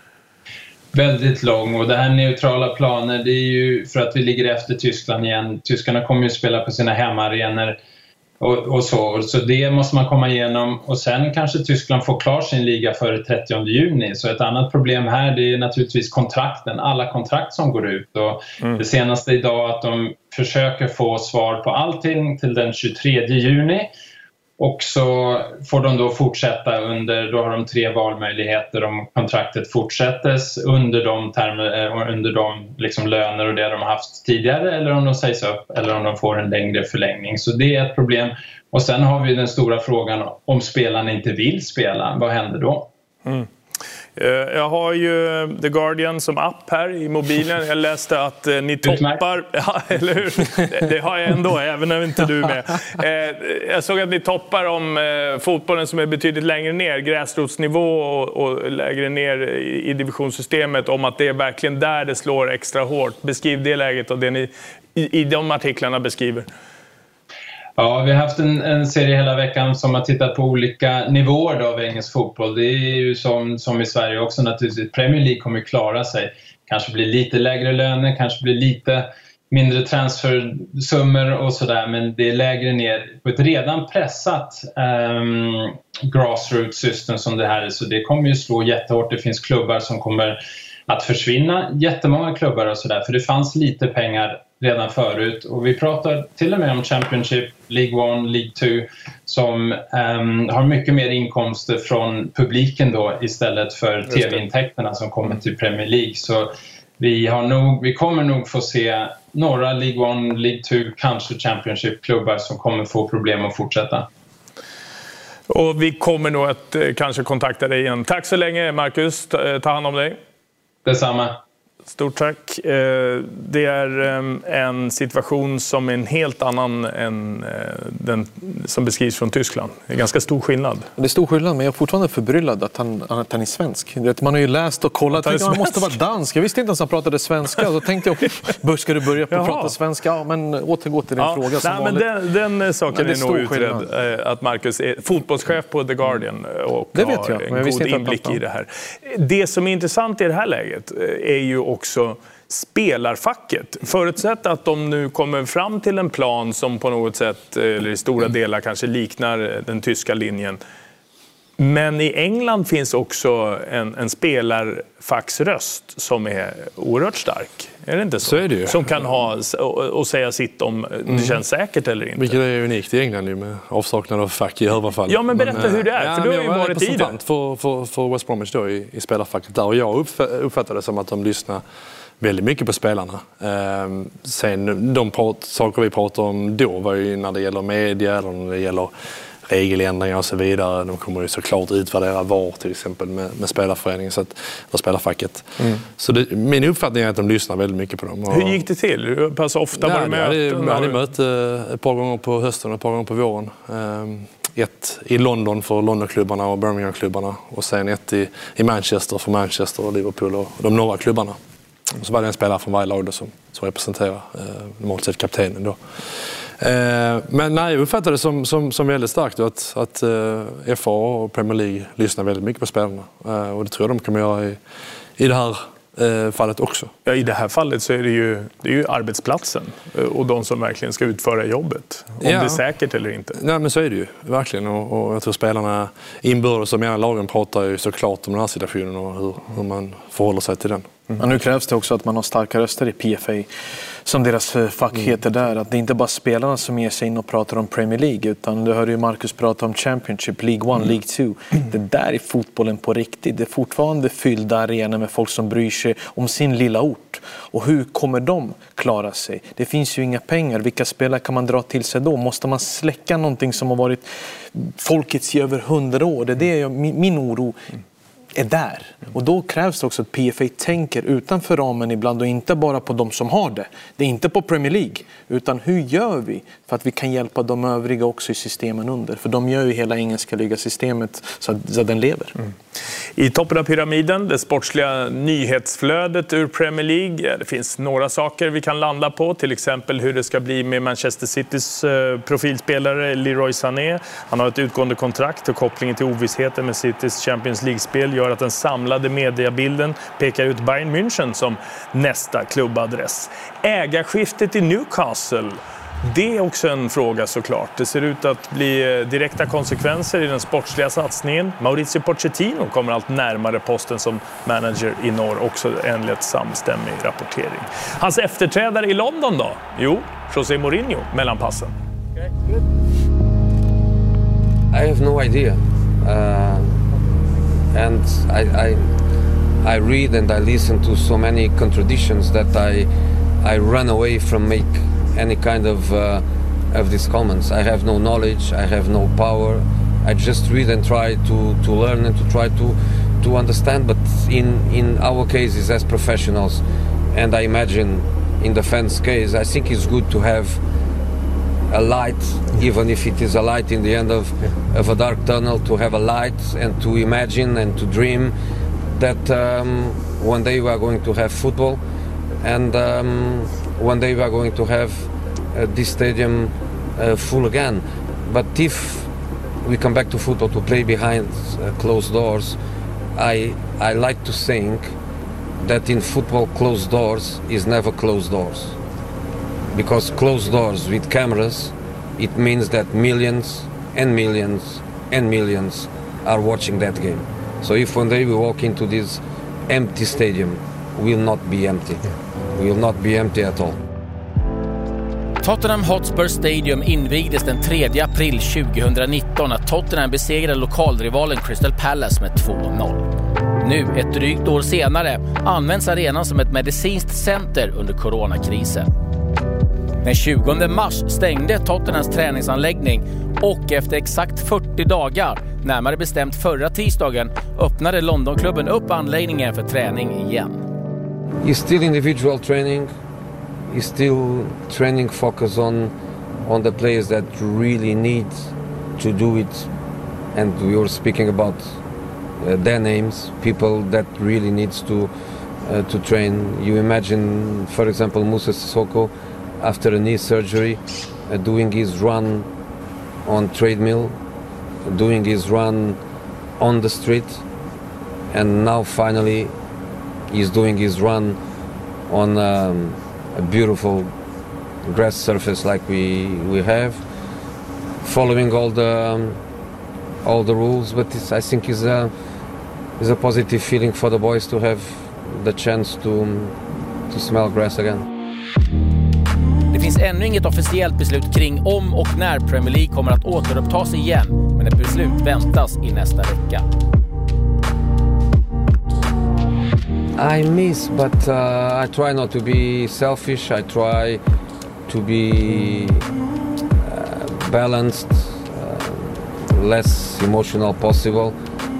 Väldigt lång, och det här neutrala planer, det är ju för att vi ligger efter Tyskland igen. Tyskarna kommer ju spela på sina hemmaarenor och så det måste man komma igenom, och sen kanske Tyskland får klar sin liga före 30 juni. Så ett annat problem här, det är naturligtvis kontrakten, alla kontrakt som går ut, och det senaste idag att de försöker få svar på allting till den 23 juni. Och så får de då fortsätta då har de 3 valmöjligheter om kontraktet fortsättes under de termer, under de liksom löner och det de har haft tidigare, eller om de sägs upp, eller om de får en längre förlängning. Så det är ett problem. Och sen har vi den stora frågan, om spelarna inte vill spela, vad händer då? Jag har ju The Guardian som app här i mobilen. Jag läste att ni toppar... Ja, eller hur? Det har jag ändå, även om inte du är med. Jag såg att ni toppar om fotbollen som är betydligt längre ner, gräsrotsnivå och lägre ner i divisionssystemet, om att det är verkligen där det slår extra hårt. Beskriv det läget och det ni i de artiklarna beskriver. Ja, vi har haft en serie hela veckan som har tittat på olika nivåer av engelsk fotboll. Det är ju som i Sverige också naturligtvis. Premier League kommer klara sig. Kanske blir lite lägre löner, kanske blir lite mindre transfersummor och sådär, men det är lägre ner på ett redan pressat grassroots system som det här är, så det kommer ju slå jättehårt. Det finns klubbar som kommer att försvinna, jättemånga klubbar och sådär, för det fanns lite pengar redan förut, och vi pratar till och med om Championship, League 1, League 2 som har mycket mer inkomster från publiken då istället för tv-intäkterna som kommer till Premier League. Så vi kommer nog få se några League 1, League 2, kanske Championship-klubbar som kommer få problem att fortsätta. Och vi kommer nog att kanske kontakta dig igen. Tack så länge, Marcus. Ta hand om dig. Detsamma. Stort tack. Det är en situation som är en helt annan än den som beskrivs från Tyskland. Det är ganska stor skillnad. Det är stor skillnad, men jag är fortfarande förbryllad att han är svensk. Man har ju läst och kollat att han måste vara dansk. Jag visste inte ens att han pratade svenska. Så tänkte jag, ska du börja prata svenska? Ja, men återgå till din fråga som vanligt. Men den saken är nog utredd. Att Marcus är fotbollschef på The Guardian och det vet jag, har en god inblick i det här. Det som är intressant i det här läget är ju också spelarfacket. Förutsatt att de nu kommer fram till en plan som på något sätt, eller i stora delar kanske liknar den tyska linjen. Men i England finns också en spelarfacksröst som är oerhört stark. Är det inte så? Så är det ju. Som kan ha och säga sitt om det känns säkert eller inte. Vilket är unikt i England ju, med avsaknad av fack i överfall. Ja, men berätta hur det är, för du har ju varit i det. För West Bromwich då i spelarfacket där, och jag uppfattade det som att de lyssnar väldigt mycket på spelarna. Sen de saker vi pratar om då var ju när det gäller media eller när det gäller regeländringar och så vidare. De kommer ju såklart utvärdera VAR till exempel med spelarföreningen, så att, eller spelarfacket. Så min uppfattning är att de lyssnar väldigt mycket på dem. Och, hur gick det till? Hur pass ofta var det möten? Jag hade möte ett par gånger på hösten och ett par gånger på våren. Ett i London för Londonklubbarna och Birmingham-klubbarna, och sen ett i Manchester för Manchester och Liverpool och de norra klubbarna. Och så var det en spelare från varje lag då som representerar normalt sett kaptenen då. Men nej, jag uppfattade det som väldigt starkt att FA och Premier League lyssnar väldigt mycket på spelarna. Och det tror jag de kommer göra i det här fallet också. Ja, i det här fallet så är det är ju arbetsplatsen och de som verkligen ska utföra jobbet. Om det är säkert eller inte. Nej, men så är det ju verkligen. Och jag tror spelarna inbördes som i lagen pratar ju såklart om den här situationen och hur man förhåller sig till den. Men nu krävs det också att man har starka röster i PFA, som deras fack heter där. Att det inte bara spelarna som ger sig in och pratar om Premier League, utan du hörde ju Marcus prata om Championship, League 1, League 2. Det där är fotbollen på riktigt. Det är fortfarande fyllda arenor med folk som bryr sig om sin lilla ort. Och hur kommer de klara sig? Det finns ju inga pengar. Vilka spelare kan man dra till sig då? Måste man släcka någonting som har varit folkets i över 100 år? Det är det min oro är där. Och då krävs det också att PFA tänker utanför ramen ibland och inte bara på de som har det. Det är inte på Premier League, utan hur gör vi för att vi kan hjälpa de övriga också i systemen under? För de gör ju hela engelska ligasystemet så att den lever. I toppen av pyramiden, det sportsliga nyhetsflödet ur Premier League. Det finns några saker vi kan landa på, till exempel hur det ska bli med Manchester Citys profilspelare Leroy Sané. Han har ett utgående kontrakt och kopplingen till ovissheten med Citys Champions League-spel gör att den samlade mediebilden pekar ut Bayern München som nästa klubbadress. Ägarskiftet i Newcastle, det är också en fråga såklart. Det ser ut att bli direkta konsekvenser i den sportsliga satsningen. Mauricio Pochettino kommer allt närmare posten som manager i norr, också enligt samstämmig rapportering. Hans efterträdare i London då? Jo, José Mourinho mellan passen. I have no idea. And I read and I listen to so many contradictions that I run away from make any kind of these comments. I have no knowledge, I have no power. I just read and try to learn and to try to understand. But in our cases as professionals, and I imagine in the fans' case, I think it's good to have a light, even if it is a light in the end of a dark tunnel, to have a light and to imagine and to dream that one day we are going to have football, and one day we are going to have this stadium full again. But if we come back to football to play behind closed doors, I like to think that in football closed doors is never closed doors. because closed doors with cameras, it means that millions and millions and millions are watching that game. So if one day we walk into this empty stadium, will not be empty. Will not be empty at all. Tottenham Hotspur Stadium invigdes den 3 april 2019 när Tottenham besegrade lokalrivalen Crystal Palace med 2-0. Nu, ett drygt år senare, används arenan som ett medicinskt center under coronakrisen. Den 20 mars stängde Tottenhams träningsanläggning och efter exakt 40 dagar, närmare bestämt förra tisdagen, öppnade Londonklubben upp anläggningen för träning igen. It's still individual training. It's still training focus on the players that really need to do it. And we were speaking about their names, people that really needs to train. You imagine, for example, Moussa Sissoko, after a knee surgery, doing his run on treadmill, doing his run on the street, and now finally he's doing his run on a beautiful grass surface like we have, following all the rules. But I think is a positive feeling for the boys to have the chance to smell grass again. Det finns ännu inget officiellt beslut kring om och när Premier League kommer att återupptas igen, men ett beslut väntas i nästa vecka. I miss, but I try not to be selfish. I try to be balanced, less emotional possible,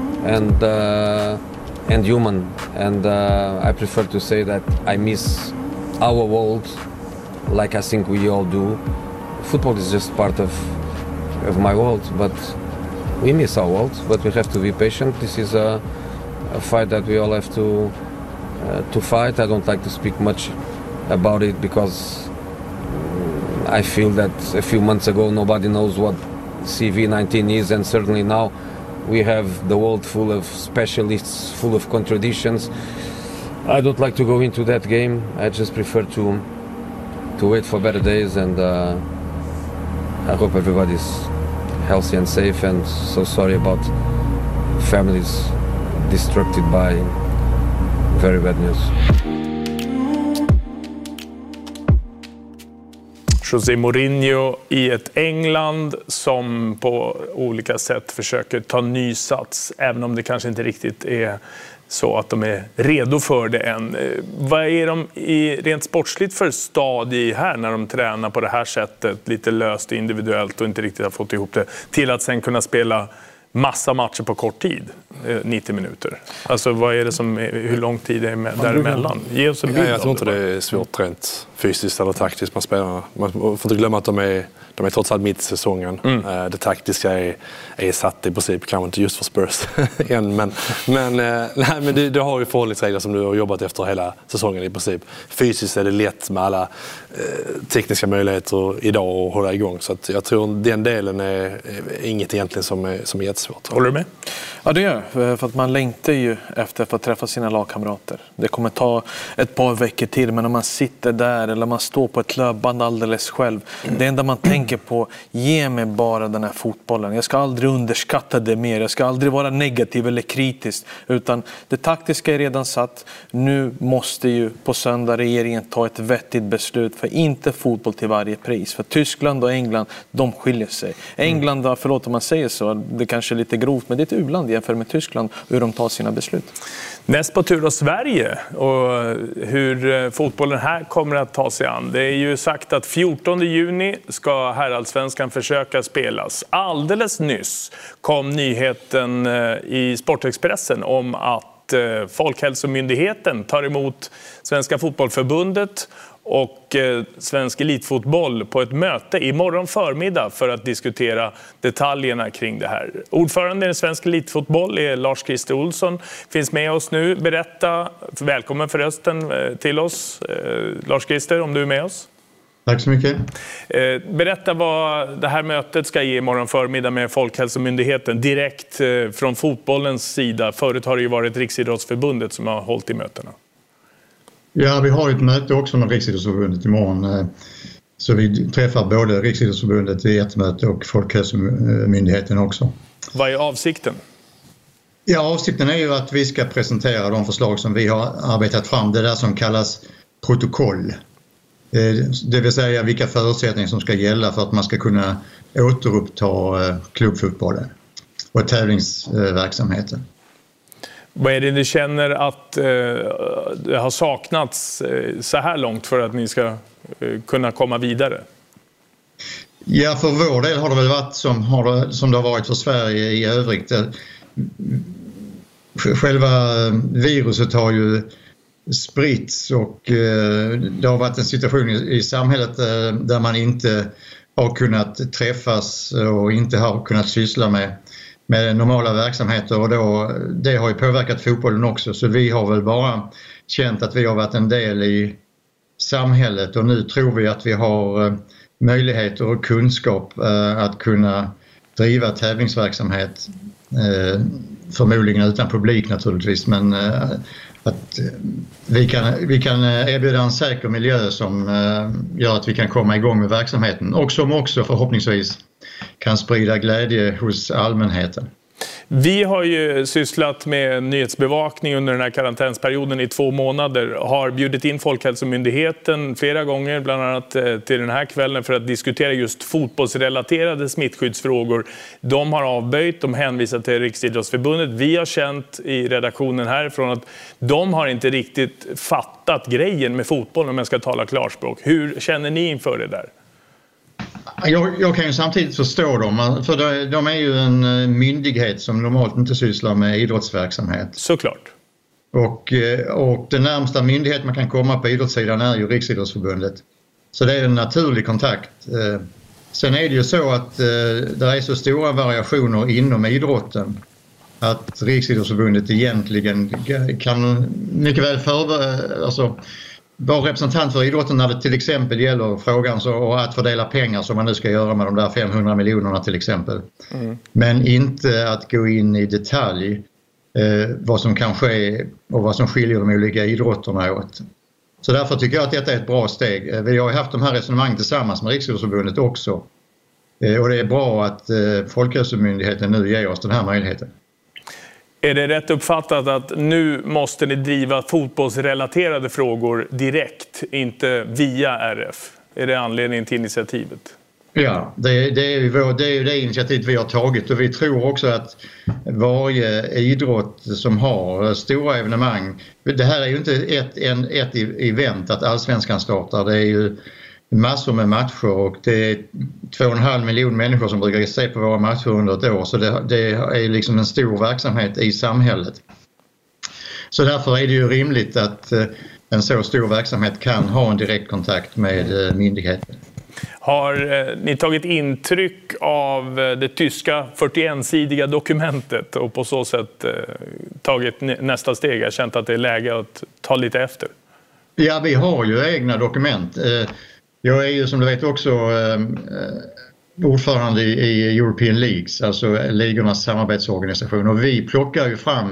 and human. And I prefer to say that I miss our world, like I think we all do. Football is just part of my world, but we miss our world. But we have to be patient. This is a fight that we all have to fight. I don't like to speak much about it because I feel that a few months ago nobody knows what CV-19 is, and certainly now we have the world full of specialists, full of contradictions. I don't like to go into that game. I just prefer to wait for better days, and I hope everybody's healthy and safe, and so sorry about families distracted by very bad news. José Mourinho i ett England som på olika sätt försöker ta ny sats, även om det kanske inte riktigt är så att de är redo för det än. Vad är de rent sportsligt för stadie här när de tränar på det här sättet, lite löst individuellt och inte riktigt har fått ihop det, till att sen kunna spela massa matcher på kort tid, 90 minuter. Alltså vad är det som, hur lång tid är det däremellan? Ge oss en bild. Jag tror inte det är svårt rent fysiskt eller taktiskt man spelar. Man får inte glömma att de är trots allt mitt i säsongen. Det taktiska är satt i princip, kanske inte just för Spurs än, men du har ju förhållningsregler som du har jobbat efter hela säsongen i princip. Fysiskt är det lätt med alla tekniska möjligheter idag att hålla igång, så att jag tror den delen är inget egentligen som är jättesvårt. Håller du med? Ja, det gör för att man längtar ju efter att få träffa sina lagkamrater. Det kommer ta ett par veckor till, men när man sitter där eller man står på ett löpband alldeles själv, det enda man tänker på, ge mig bara den här fotbollen. Jag ska aldrig underskatta det mer, jag ska aldrig vara negativ eller kritisk, utan det taktiska är redan satt. Nu måste ju på söndag regeringen ta ett vettigt beslut, för inte fotboll till varje pris. För Tyskland och England, de skiljer sig. England, förlåt om man säger så, det kanske är lite grovt, men det är ett u-land jämfört med Tyskland hur de tar sina beslut. Näst på tur då Sverige och hur fotbollen här kommer att ta sig an. Det är ju sagt att 14 juni ska herrallsvenskan försöka spelas. Alldeles nyss kom nyheten i Sportexpressen om att Folkhälsomyndigheten tar emot Svenska fotbollförbundet och svensk elitfotboll på ett möte imorgon förmiddag för att diskutera detaljerna kring det här. Ordförande i svensk elitfotboll är Lars-Christer Olsson. Finns med oss nu. Berätta, välkommen förresten till oss. Lars-Christer, om du är med oss. Tack så mycket. Berätta vad det här mötet ska ge imorgon förmiddag med Folkhälsomyndigheten direkt från fotbollens sida. Förut har det ju varit Riksidrottsförbundet som har hållit i mötena. Ja, vi har ett möte också med Riksidrottsförbundet imorgon. Så vi träffar både Riksidrottsförbundet i ett möte och Folkhälsomyndigheten också. Vad är avsikten? Ja, avsikten är ju att vi ska presentera de förslag som vi har arbetat fram. Det där som kallas protokoll. Det vill säga vilka förutsättningar som ska gälla för att man ska kunna återuppta klubbfotbollen och tävlingsverksamheten. Vad är det ni känner att det har saknats så här långt för att ni ska kunna komma vidare? Ja, för vår del har det väl varit som det har varit för Sverige i övrigt. Själva viruset har ju spritts och det har varit en situation i samhället där man inte har kunnat träffas och inte har kunnat syssla med normala verksamheter, och det har ju påverkat fotbollen också. Så vi har väl bara känt att vi har varit en del i samhället, och nu tror vi att vi har möjligheter och kunskap att kunna driva tävlingsverksamhet, förmodligen utan publik naturligtvis, men att vi kan erbjuda en säker miljö som gör att vi kan komma igång med verksamheten och som också förhoppningsvis kan sprida glädje hos allmänheten. Vi har ju sysslat med nyhetsbevakning under den här karantänsperioden i 2 månader. Har bjudit in Folkhälsomyndigheten flera gånger, bland annat till den här kvällen, för att diskutera just fotbollsrelaterade smittskyddsfrågor. De har avböjt, de hänvisar till Riksidrottsförbundet. Vi har känt i redaktionen härifrån att de har inte riktigt fattat grejen med fotboll, om jag ska tala klarspråk. Hur känner ni inför det där? Jag kan ju samtidigt förstå dem, för de är ju en myndighet som normalt inte sysslar med idrottsverksamhet. Såklart. Och den närmsta myndighet man kan komma på idrottssidan är ju Riksidrottsförbundet. Så det är en naturlig kontakt. Sen är det ju så att det är så stora variationer inom idrotten att Riksidrottsförbundet egentligen kan mycket väl vara representant för idrotten när det till exempel gäller frågan och att fördela pengar, som man nu ska göra med de där 500 miljonerna till exempel. Men inte att gå in i detalj vad som kan ske och vad som skiljer de olika idrotterna åt. Så därför tycker jag att detta är ett bra steg. Vi har haft de här resonemangen tillsammans med Riksidrottsförbundet också. Och det är bra att Folkhälsomyndigheten nu ger oss den här möjligheten. Är det rätt uppfattat att nu måste ni driva fotbollsrelaterade frågor direkt, inte via RF? Är det anledningen till initiativet? Ja, det är ju det initiativet vi har tagit, och vi tror också att varje idrott som har stora evenemang, det här är ju inte ett event att Allsvenskan startar, det är ju massor med matcher och det är 2,5 miljoner människor som brukar se på våra matcher under ett år, så det är liksom en stor verksamhet i samhället. Så därför är det ju rimligt att en så stor verksamhet kan ha en direkt kontakt med myndigheten. Har ni tagit intryck av det tyska 41-sidiga dokumentet och på så sätt tagit nästa steg? Jag har känt att det är läge att ta lite efter. Ja, vi har ju egna dokument. Jag är ju som du vet också ordförande i European Leagues, alltså ligornas samarbetsorganisation, och vi plockar ju fram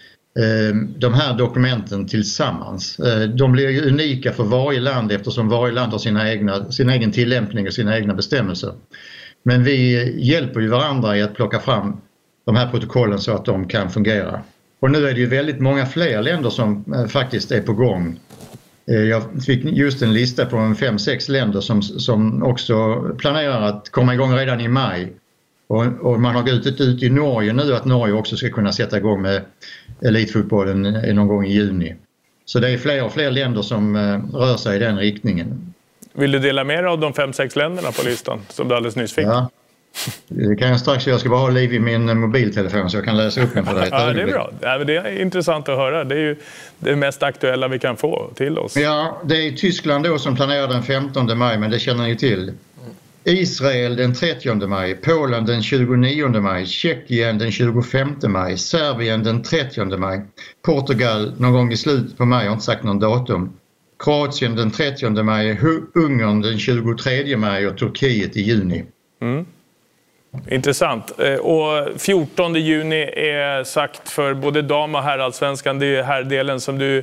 de här dokumenten tillsammans. De blir ju unika för varje land eftersom varje land har sin egen tillämpning och sina egna bestämmelser. Men vi hjälper ju varandra i att plocka fram de här protokollen så att de kan fungera. Och nu är det ju väldigt många fler länder som faktiskt är på gång. Jag fick just en lista på 5-6 länder som också planerar att komma igång redan i maj. Och man har gått ut i Norge nu att Norge också ska kunna sätta igång med elitfotbollen någon gång i juni. Så det är fler och fler länder som rör sig i den riktningen. Vill du dela med dig av de 5-6 länderna på listan som du alldeles nyss fick? Ja, det kan jag strax. Jag ska bara ha liv i min mobiltelefon så jag kan läsa upp den för dig. Ja, det är bra. Det är intressant att höra. Det är ju det mest aktuella vi kan få till oss. Ja, det är Tyskland då som planerar den 15 maj, men det känner ni till. Israel den 30 maj, Polen den 29 maj, Tjeckien den 25 maj, Serbien den 30 maj, Portugal någon gång i slutet på maj, jag har inte sagt någon datum, Kroatien den 30 maj, Ungern den 23 maj och Turkiet i juni. Mm. Intressant. Och 14 juni är sagt för både dam- och herrallsvenskan. Det är herrdelen som du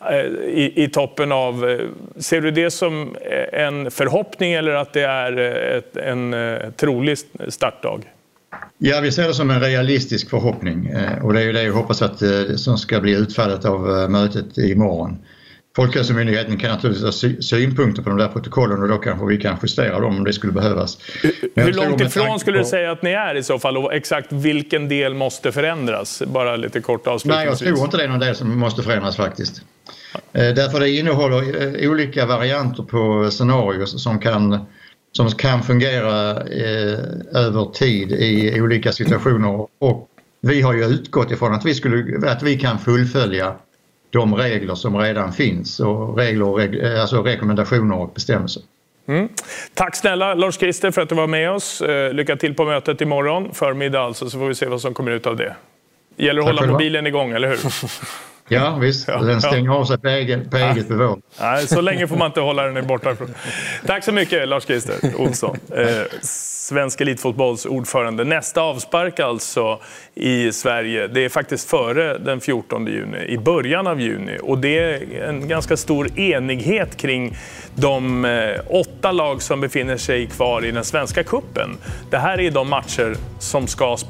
i toppen av. Ser du det som en förhoppning eller att det är en trolig startdag? Ja, vi ser det som en realistisk förhoppning och det är ju det jag hoppas att som ska bli utfallet av mötet imorgon. Folkhälsomyndigheten kan naturligtvis ha synpunkter på de där protokollen och då kanske vi kan justera dem om det skulle behövas. Hur långt ifrån skulle du säga att ni är i så fall och exakt vilken del måste förändras? Bara lite kort avslutningsvis. Nej, jag tror inte det är någon del som måste förändras faktiskt. Därför det innehåller olika varianter på scenarier som kan fungera över tid i olika situationer och vi har ju utgått ifrån att vi kan fullfölja de regler som redan finns och alltså rekommendationer och bestämmelser. Tack snälla Lars-Christer för att du var med oss. Lycka till på mötet imorgon förmiddag alltså, så får vi se vad som kommer ut av det. Gäller att hålla mobilen igång, eller hur? Ja, visst. Den stänger av sig på eget bevåg. Nej, så länge får man inte hålla den borta. Tack så mycket, Lars-Christer Olsson. Svensk elitfotbolls ordförande. Nästa avspark alltså i Sverige. Det är faktiskt före den 14 juni, i början av juni. Och det är en ganska stor enighet kring de 8 lag som befinner sig kvar i den svenska kuppen. Det här är de matcher som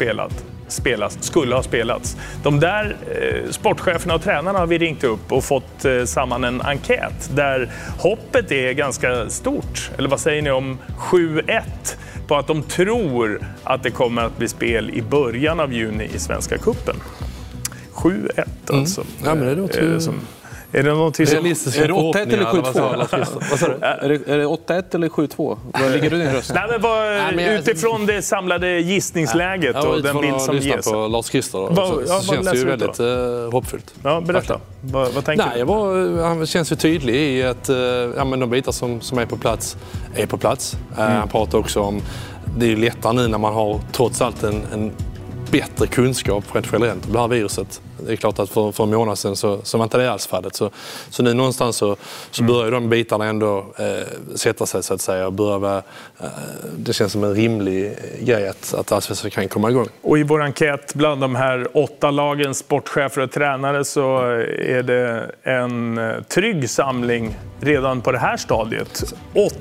skulle ha spelats. De där sportcheferna och tränarna har vi ringt upp och fått samman en enkät där hoppet är ganska stort. Eller vad säger ni om 7-1 på att de tror att det kommer att bli spel i början av juni i Svenska kuppen? 7-1 alltså. Ja, men det låter ju som... Är det någonting som... Är det 8-1 eller 7-2? Är det 8-1 eller 7-2? Vad ligger du din röst? Nej, men utifrån det samlade gissningsläget och den bild som ges. På Lars-Christer så känns det ju väldigt hoppfullt. Ja, berätta. Vad tänker du? Han känns ju tydlig i att de bitar som är på plats är på plats. Han pratar också om det är lättare nu när man har trots allt en bättre kunskap rent generellt om det här viruset. Det är klart att för en månad sedan så var inte det alls fallet. Så nu någonstans så börjar de bitarna ändå sätta sig så att säga. Och det känns som en rimlig grej att allsvenskan kan komma igång. Och i vår enkät bland de här 8 lagens sportchefer och tränare så är det en trygg samling redan på det här stadiet.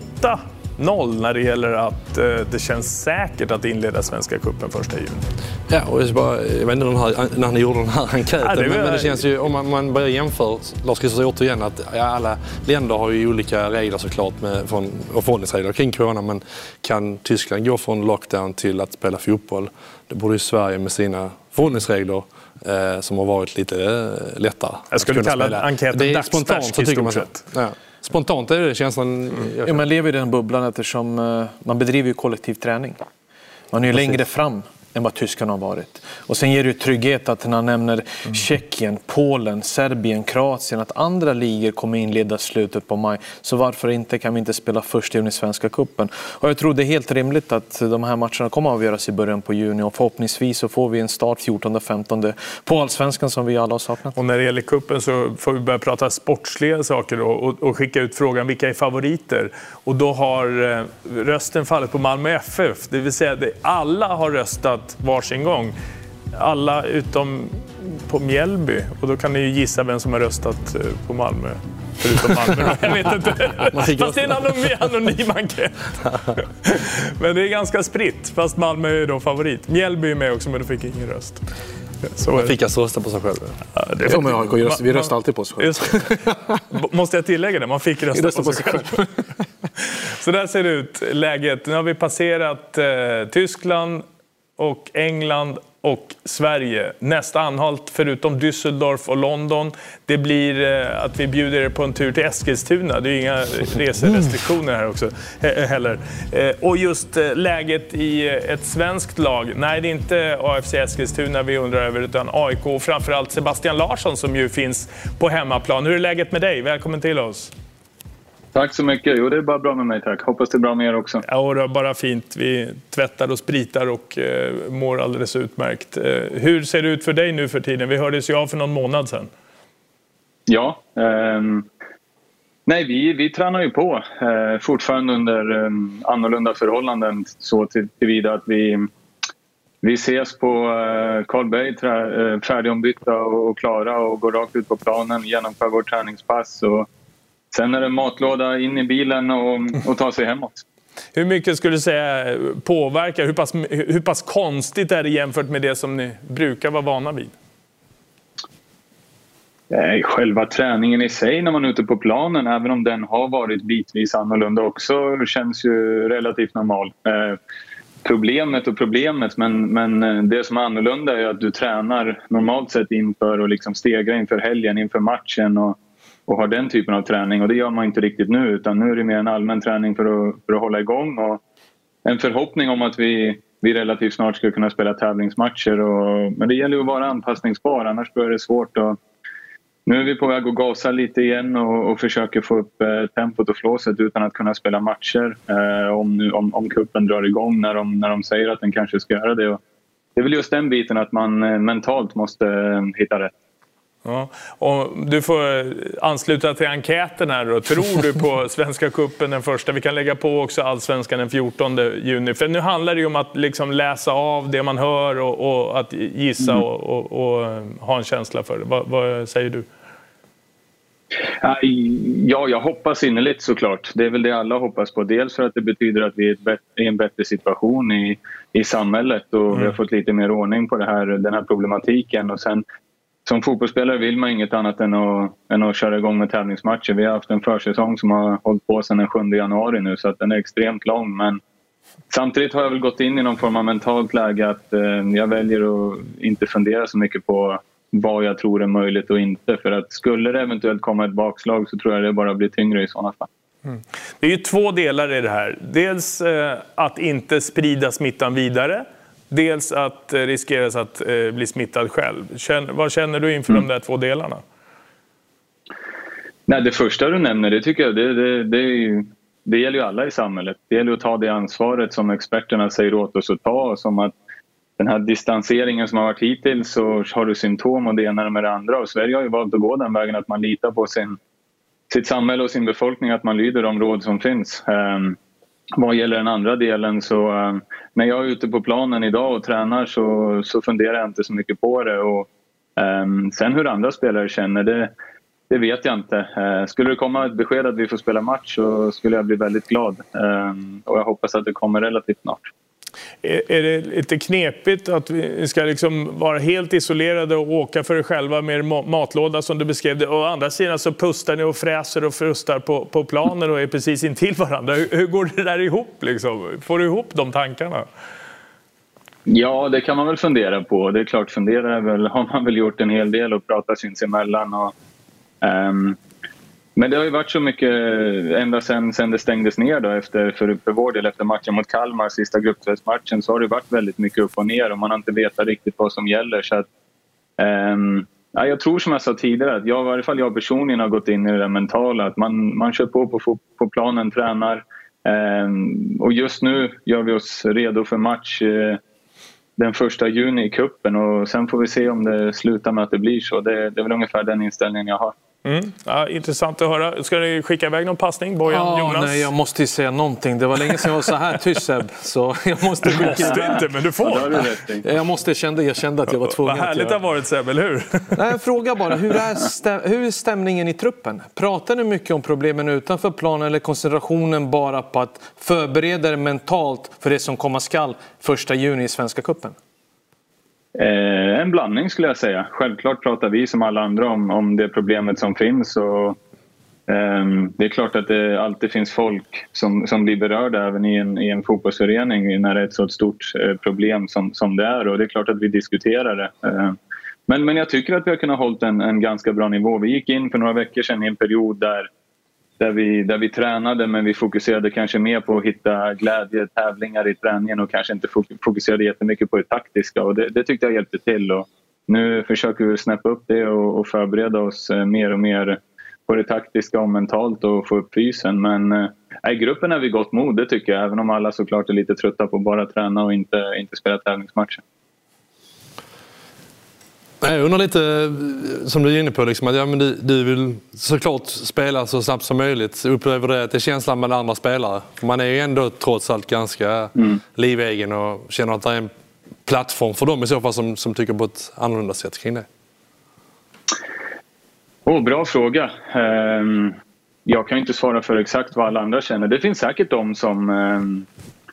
8-0 när det gäller att det känns säkert att inleda Svenska cupen 1 juni. Ja, och jag vet inte när ni gjorde den här enkäten, men det känns ju, om man börjar jämföra, Lars-Christer säger återigen att alla länder har ju olika regler såklart och förhållningsregler kring corona, men kan Tyskland gå från lockdown till att spela fotboll? Det borde ju Sverige med sina förhållningsregler som har varit lite lättare. Jag skulle kalla enkäten dagsfärsk i stort sett. Ja. Spontant är det känslan... Ja, man lever i den bubblan eftersom man bedriver ju kollektiv träning. Man är ju längre fram än vad tyskarna har varit. Och sen ger det ju trygghet att när han nämner Tjeckien, Polen, Serbien, Kroatien, att andra ligor kommer inleda slutet på maj. Så varför inte kan vi inte spela först i Svenska cupen? Och jag tror det är helt rimligt att de här matcherna kommer att avgöras i början på juni. Och förhoppningsvis så får vi en start 14-15 på Allsvenskan som vi alla har saknat. Och när det gäller cupen så får vi börja prata sportsliga saker då, och skicka ut frågan vilka är favoriter. Och då har rösten fallit på Malmö FF. Det vill säga att alla har röstat varsin gång. Alla utom på Mjällby. Och då kan ni ju gissa vem som har röstat på Malmö. Förutom Malmö. Jag vet inte. Fast det är en anonym enkät. Men det är ganska spritt. Fast Malmö är då favorit. Mjällby är med också, men det fick ingen röst. Så man fick alltså rösta på sig själv. Ja, det får man ha. Vi röstar alltid på oss själv. Måste jag tillägga det? Man fick rösta på sig själv. Så där ser det ut läget. Nu har vi passerat Tyskland och England och Sverige. Nästa anhalt förutom Düsseldorf och London, det blir att vi bjuder er på en tur till Eskilstuna. Det är inga reserestriktioner här också heller. Och just läget i ett svenskt lag. Nej, det är inte AFC Eskilstuna vi undrar över utan AIK och framförallt Sebastian Larsson som ju finns på hemmaplan. Hur är läget med dig? Välkommen till oss. Tack så mycket. Jo, det är bara bra med mig, tack. Hoppas det är bra med er också. Ja, det är bara fint. Vi tvättar och spritar och mår alldeles utmärkt. Hur ser det ut för dig nu för tiden? Vi hördes ju av för någon månad sedan. Ja, nej, vi tränar ju på. Fortfarande under annorlunda förhållanden så tillvida att vi ses på Karlberg, färdigombytta och klara och går rakt ut på planen, genomför vårt träningspass och sen är det matlåda in i bilen och ta sig hemåt. Hur mycket skulle du säga påverkar, hur pass konstigt är det jämfört med det som ni brukar vara vana vid? Själva träningen i sig när man är ute på planen, även om den har varit bitvis annorlunda också, känns ju relativt normal. Problemet, men det som är annorlunda är att du tränar normalt sett inför och liksom stegar inför helgen, inför matchen och har den typen av träning. Och det gör man inte riktigt nu, utan nu är det mer en allmän träning för att hålla igång och en förhoppning om att vi relativt snart ska kunna spela tävlingsmatcher. Men det gäller ju att vara anpassningsbar, annars blir det svårt. Nu är vi på väg att gasa lite igen och försöker få upp tempot och flåset utan att kunna spela matcher om kuppen drar igång när de säger att den kanske ska göra det. Och det är väl just den biten att man mentalt måste hitta rätt. Ja, och du får ansluta till enkäten här då. Tror du på Svenska cupen den första? Vi kan lägga på också Allsvenskan den 14 juni. För nu handlar det ju om att liksom läsa av det man hör och att gissa och ha en känsla för det. Vad säger du? Ja, jag hoppas innerligt såklart. Det är väl det alla hoppas på. Dels för att det betyder att vi är i en bättre situation i samhället och vi har fått lite mer ordning på den här problematiken. Och sen som fotbollsspelare vill man inget annat än att köra igång med tävlingsmatcher. Vi har haft en försäsong som har hållit på sedan den 7 januari nu så att den är extremt lång. Men samtidigt har jag väl gått in i någon form av mentalt läge att jag väljer att inte fundera så mycket på vad jag tror är möjligt och inte. För att skulle det eventuellt komma ett bakslag så tror jag det bara blir tyngre i sådana fall. Det är ju två delar i det här. Dels att inte sprida smittan vidare. Dels att riskeras att bli smittad själv. Vad känner du inför de där två delarna? Nej, det första du nämner, det tycker jag det gäller ju alla i samhället. Det gäller att ta det ansvaret som experterna säger åt oss att ta. Som att den här distanseringen som har varit hittills så har du symptom och det ena med det andra. Och Sverige har ju valt att gå den vägen att man litar på sitt samhälle och sin befolkning, att man lyder de råd som finns. Vad gäller den andra delen så när jag är ute på planen idag och tränar så funderar jag inte så mycket på det. Och, sen hur andra spelare känner det vet jag inte. Skulle det komma ett besked att vi får spela match så skulle jag bli väldigt glad. Och jag hoppas att det kommer relativt snart. Är det lite knepigt att vi ska liksom vara helt isolerade och åka för er själva med matlåda som du beskrev det? Och å andra sidan så pustar ni och fräser och frustar på planer och är precis intill varandra. Hur går det där ihop liksom? Får du ihop de tankarna? Ja, det kan man väl fundera på. Det är klart, har man väl gjort en hel del och pratat sinsemellan. Men det har ju varit så mycket ända sen det stängdes ner då för vår del efter matchen mot Kalmar, sista gruppspelsmatchen, så har det varit väldigt mycket upp och ner och man har inte vetat riktigt vad som gäller. Så att, jag tror som jag sa tidigare att i varje fall jag personligen har gått in i det där mentala, att man kör på planen, tränar och just nu gör vi oss redo för match den 1 juni i kuppen och sen får vi se om det slutar med att det blir så. Det är väl ungefär den inställningen jag har. Ja, intressant att höra. Ska ni skicka iväg någon passning, Bojan, Jonas? Nej, jag måste ju säga någonting. Det var länge sedan jag var så här tyst, Seb. Så jag måste inte, men du får. Jag kände att jag var tvungen. Vad härligt det har varit, Seb, eller hur? Nej, fråga bara. Hur är stämningen i truppen? Pratar ni mycket om problemen utanför planen eller koncentrationen bara på att förbereda er mentalt för det som komma skall 1 juni i Svenska cupen? En blandning skulle jag säga. Självklart pratar vi som alla andra om det problemet som finns och det är klart att det alltid finns folk som blir berörda även i en fotbollsförening när det är ett så stort problem som det är och det är klart att vi diskuterar det. Men jag tycker att vi har kunnat hålla en ganska bra nivå. Vi gick in för några veckor sedan i en period där vi tränade men vi fokuserade kanske mer på att hitta glädje, tävlingar i träningen och kanske inte fokuserade jättemycket på det taktiska och det tyckte jag hjälpte till och nu försöker vi snäppa upp det och förbereda oss mer och mer på det taktiska och mentalt och få upp fysen men i gruppen är vi gott mod, det tycker jag, även om alla såklart är lite trötta på att bara träna och inte spela tävlingsmatcher. Jag undrar lite, som du är inne på, liksom, att du vill såklart spela så snabbt som möjligt. Upplever det att det är känslan med andra spelare? Man är ju ändå trots allt ganska livegen och känner att det är en plattform för dem i så fall som tycker på ett annorlunda sätt kring det? Bra fråga. Jag kan inte svara för exakt vad alla andra känner. Det finns säkert de som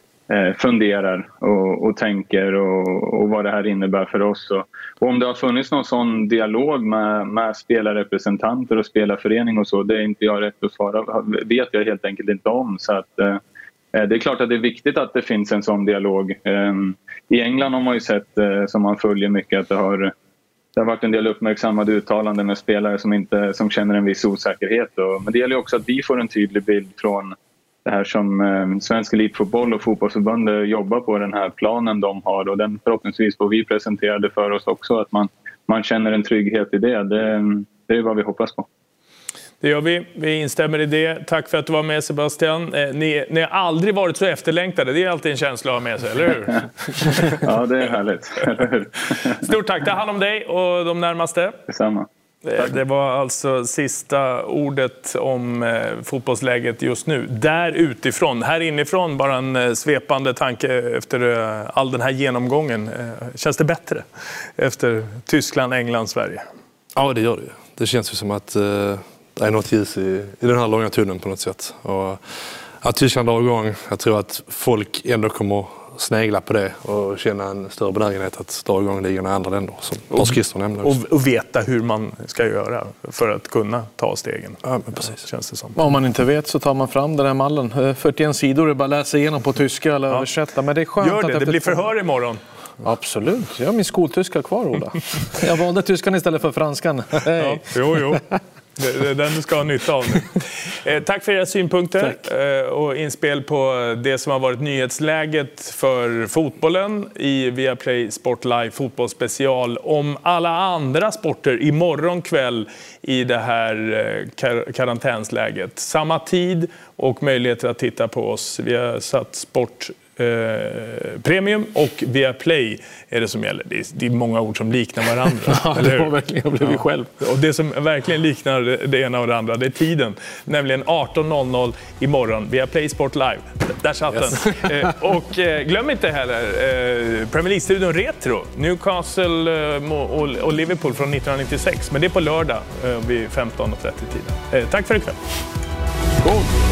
funderar och tänker och vad det här innebär för oss. Och om det har funnits någon sån dialog med spelarrepresentanter och spelarförening och så, det är inte jag rätt att svara, vet jag helt enkelt inte om. Så att, det är klart att det är viktigt att det finns en sån dialog. I England har man ju sett, som man följer mycket, att det har varit en del uppmärksammade uttalanden med spelare som känner en viss osäkerhet. Men det gäller också att vi får en tydlig bild från det här som Svensk Elitfotboll och fotbollsförbundet jobbar på, den här planen de har, och den förhoppningsvis får vi presenterade för oss också, att man känner en trygghet i det. Det är vad vi hoppas på. Det gör vi. Vi instämmer i det. Tack för att du var med, Sebastian. Ni har aldrig varit så efterlängtade. Det är alltid en känsla att ha med sig, eller hur? Ja, det är härligt. Stort tack. Ta hand om dig och de närmaste. Detsamma. Det var alltså sista ordet om fotbollsläget just nu. Där utifrån, här inifrån, bara en svepande tanke efter all den här genomgången. Känns det bättre efter Tyskland, England, Sverige? Ja, det gör det. Det känns ju som att det är något ljus i den här långa tunneln på något sätt. Och att Tyskland drar igång, jag tror att folk ändå kommer snegla på det och känna en större benägenhet att dra igång ligan i andra länder. Som Lars Christer nämnde också. Och veta hur man ska göra för att kunna ta stegen. Ja, men precis. Känns det som. Om man inte vet så tar man fram den här mallen. 41 sidor, det är bara att läsa igenom på tyska eller översätta. Men det är skönt. Gör det, att det blir förhör imorgon. Absolut, jag har min skoltyska kvar, Ola. Jag valde tyskan istället för franskan. Hey. Ja, jo. Det är den du ska ha nytta av nu. Tack för era synpunkter och inspel på det som har varit nyhetsläget för fotbollen i Viaplay Sport Live fotbollsspecial om alla andra sporter imorgon kväll i det här karantänsläget. Samma tid och möjligheter att titta på oss. Vi har satt Sport Premium och Viaplay är det som gäller. Det är många ord som liknar varandra. Ja, det var verkligen, jag blev själv. Och det som verkligen liknar det ena och det andra, det är tiden. Nämligen 18.00 imorgon. Viaplay Sport Live. Där satt den. Och glöm inte heller Premier League-studion Retro. Newcastle och Liverpool från 1996. Men det är på lördag vid 15:30 tiden. Tack för ikväll. God.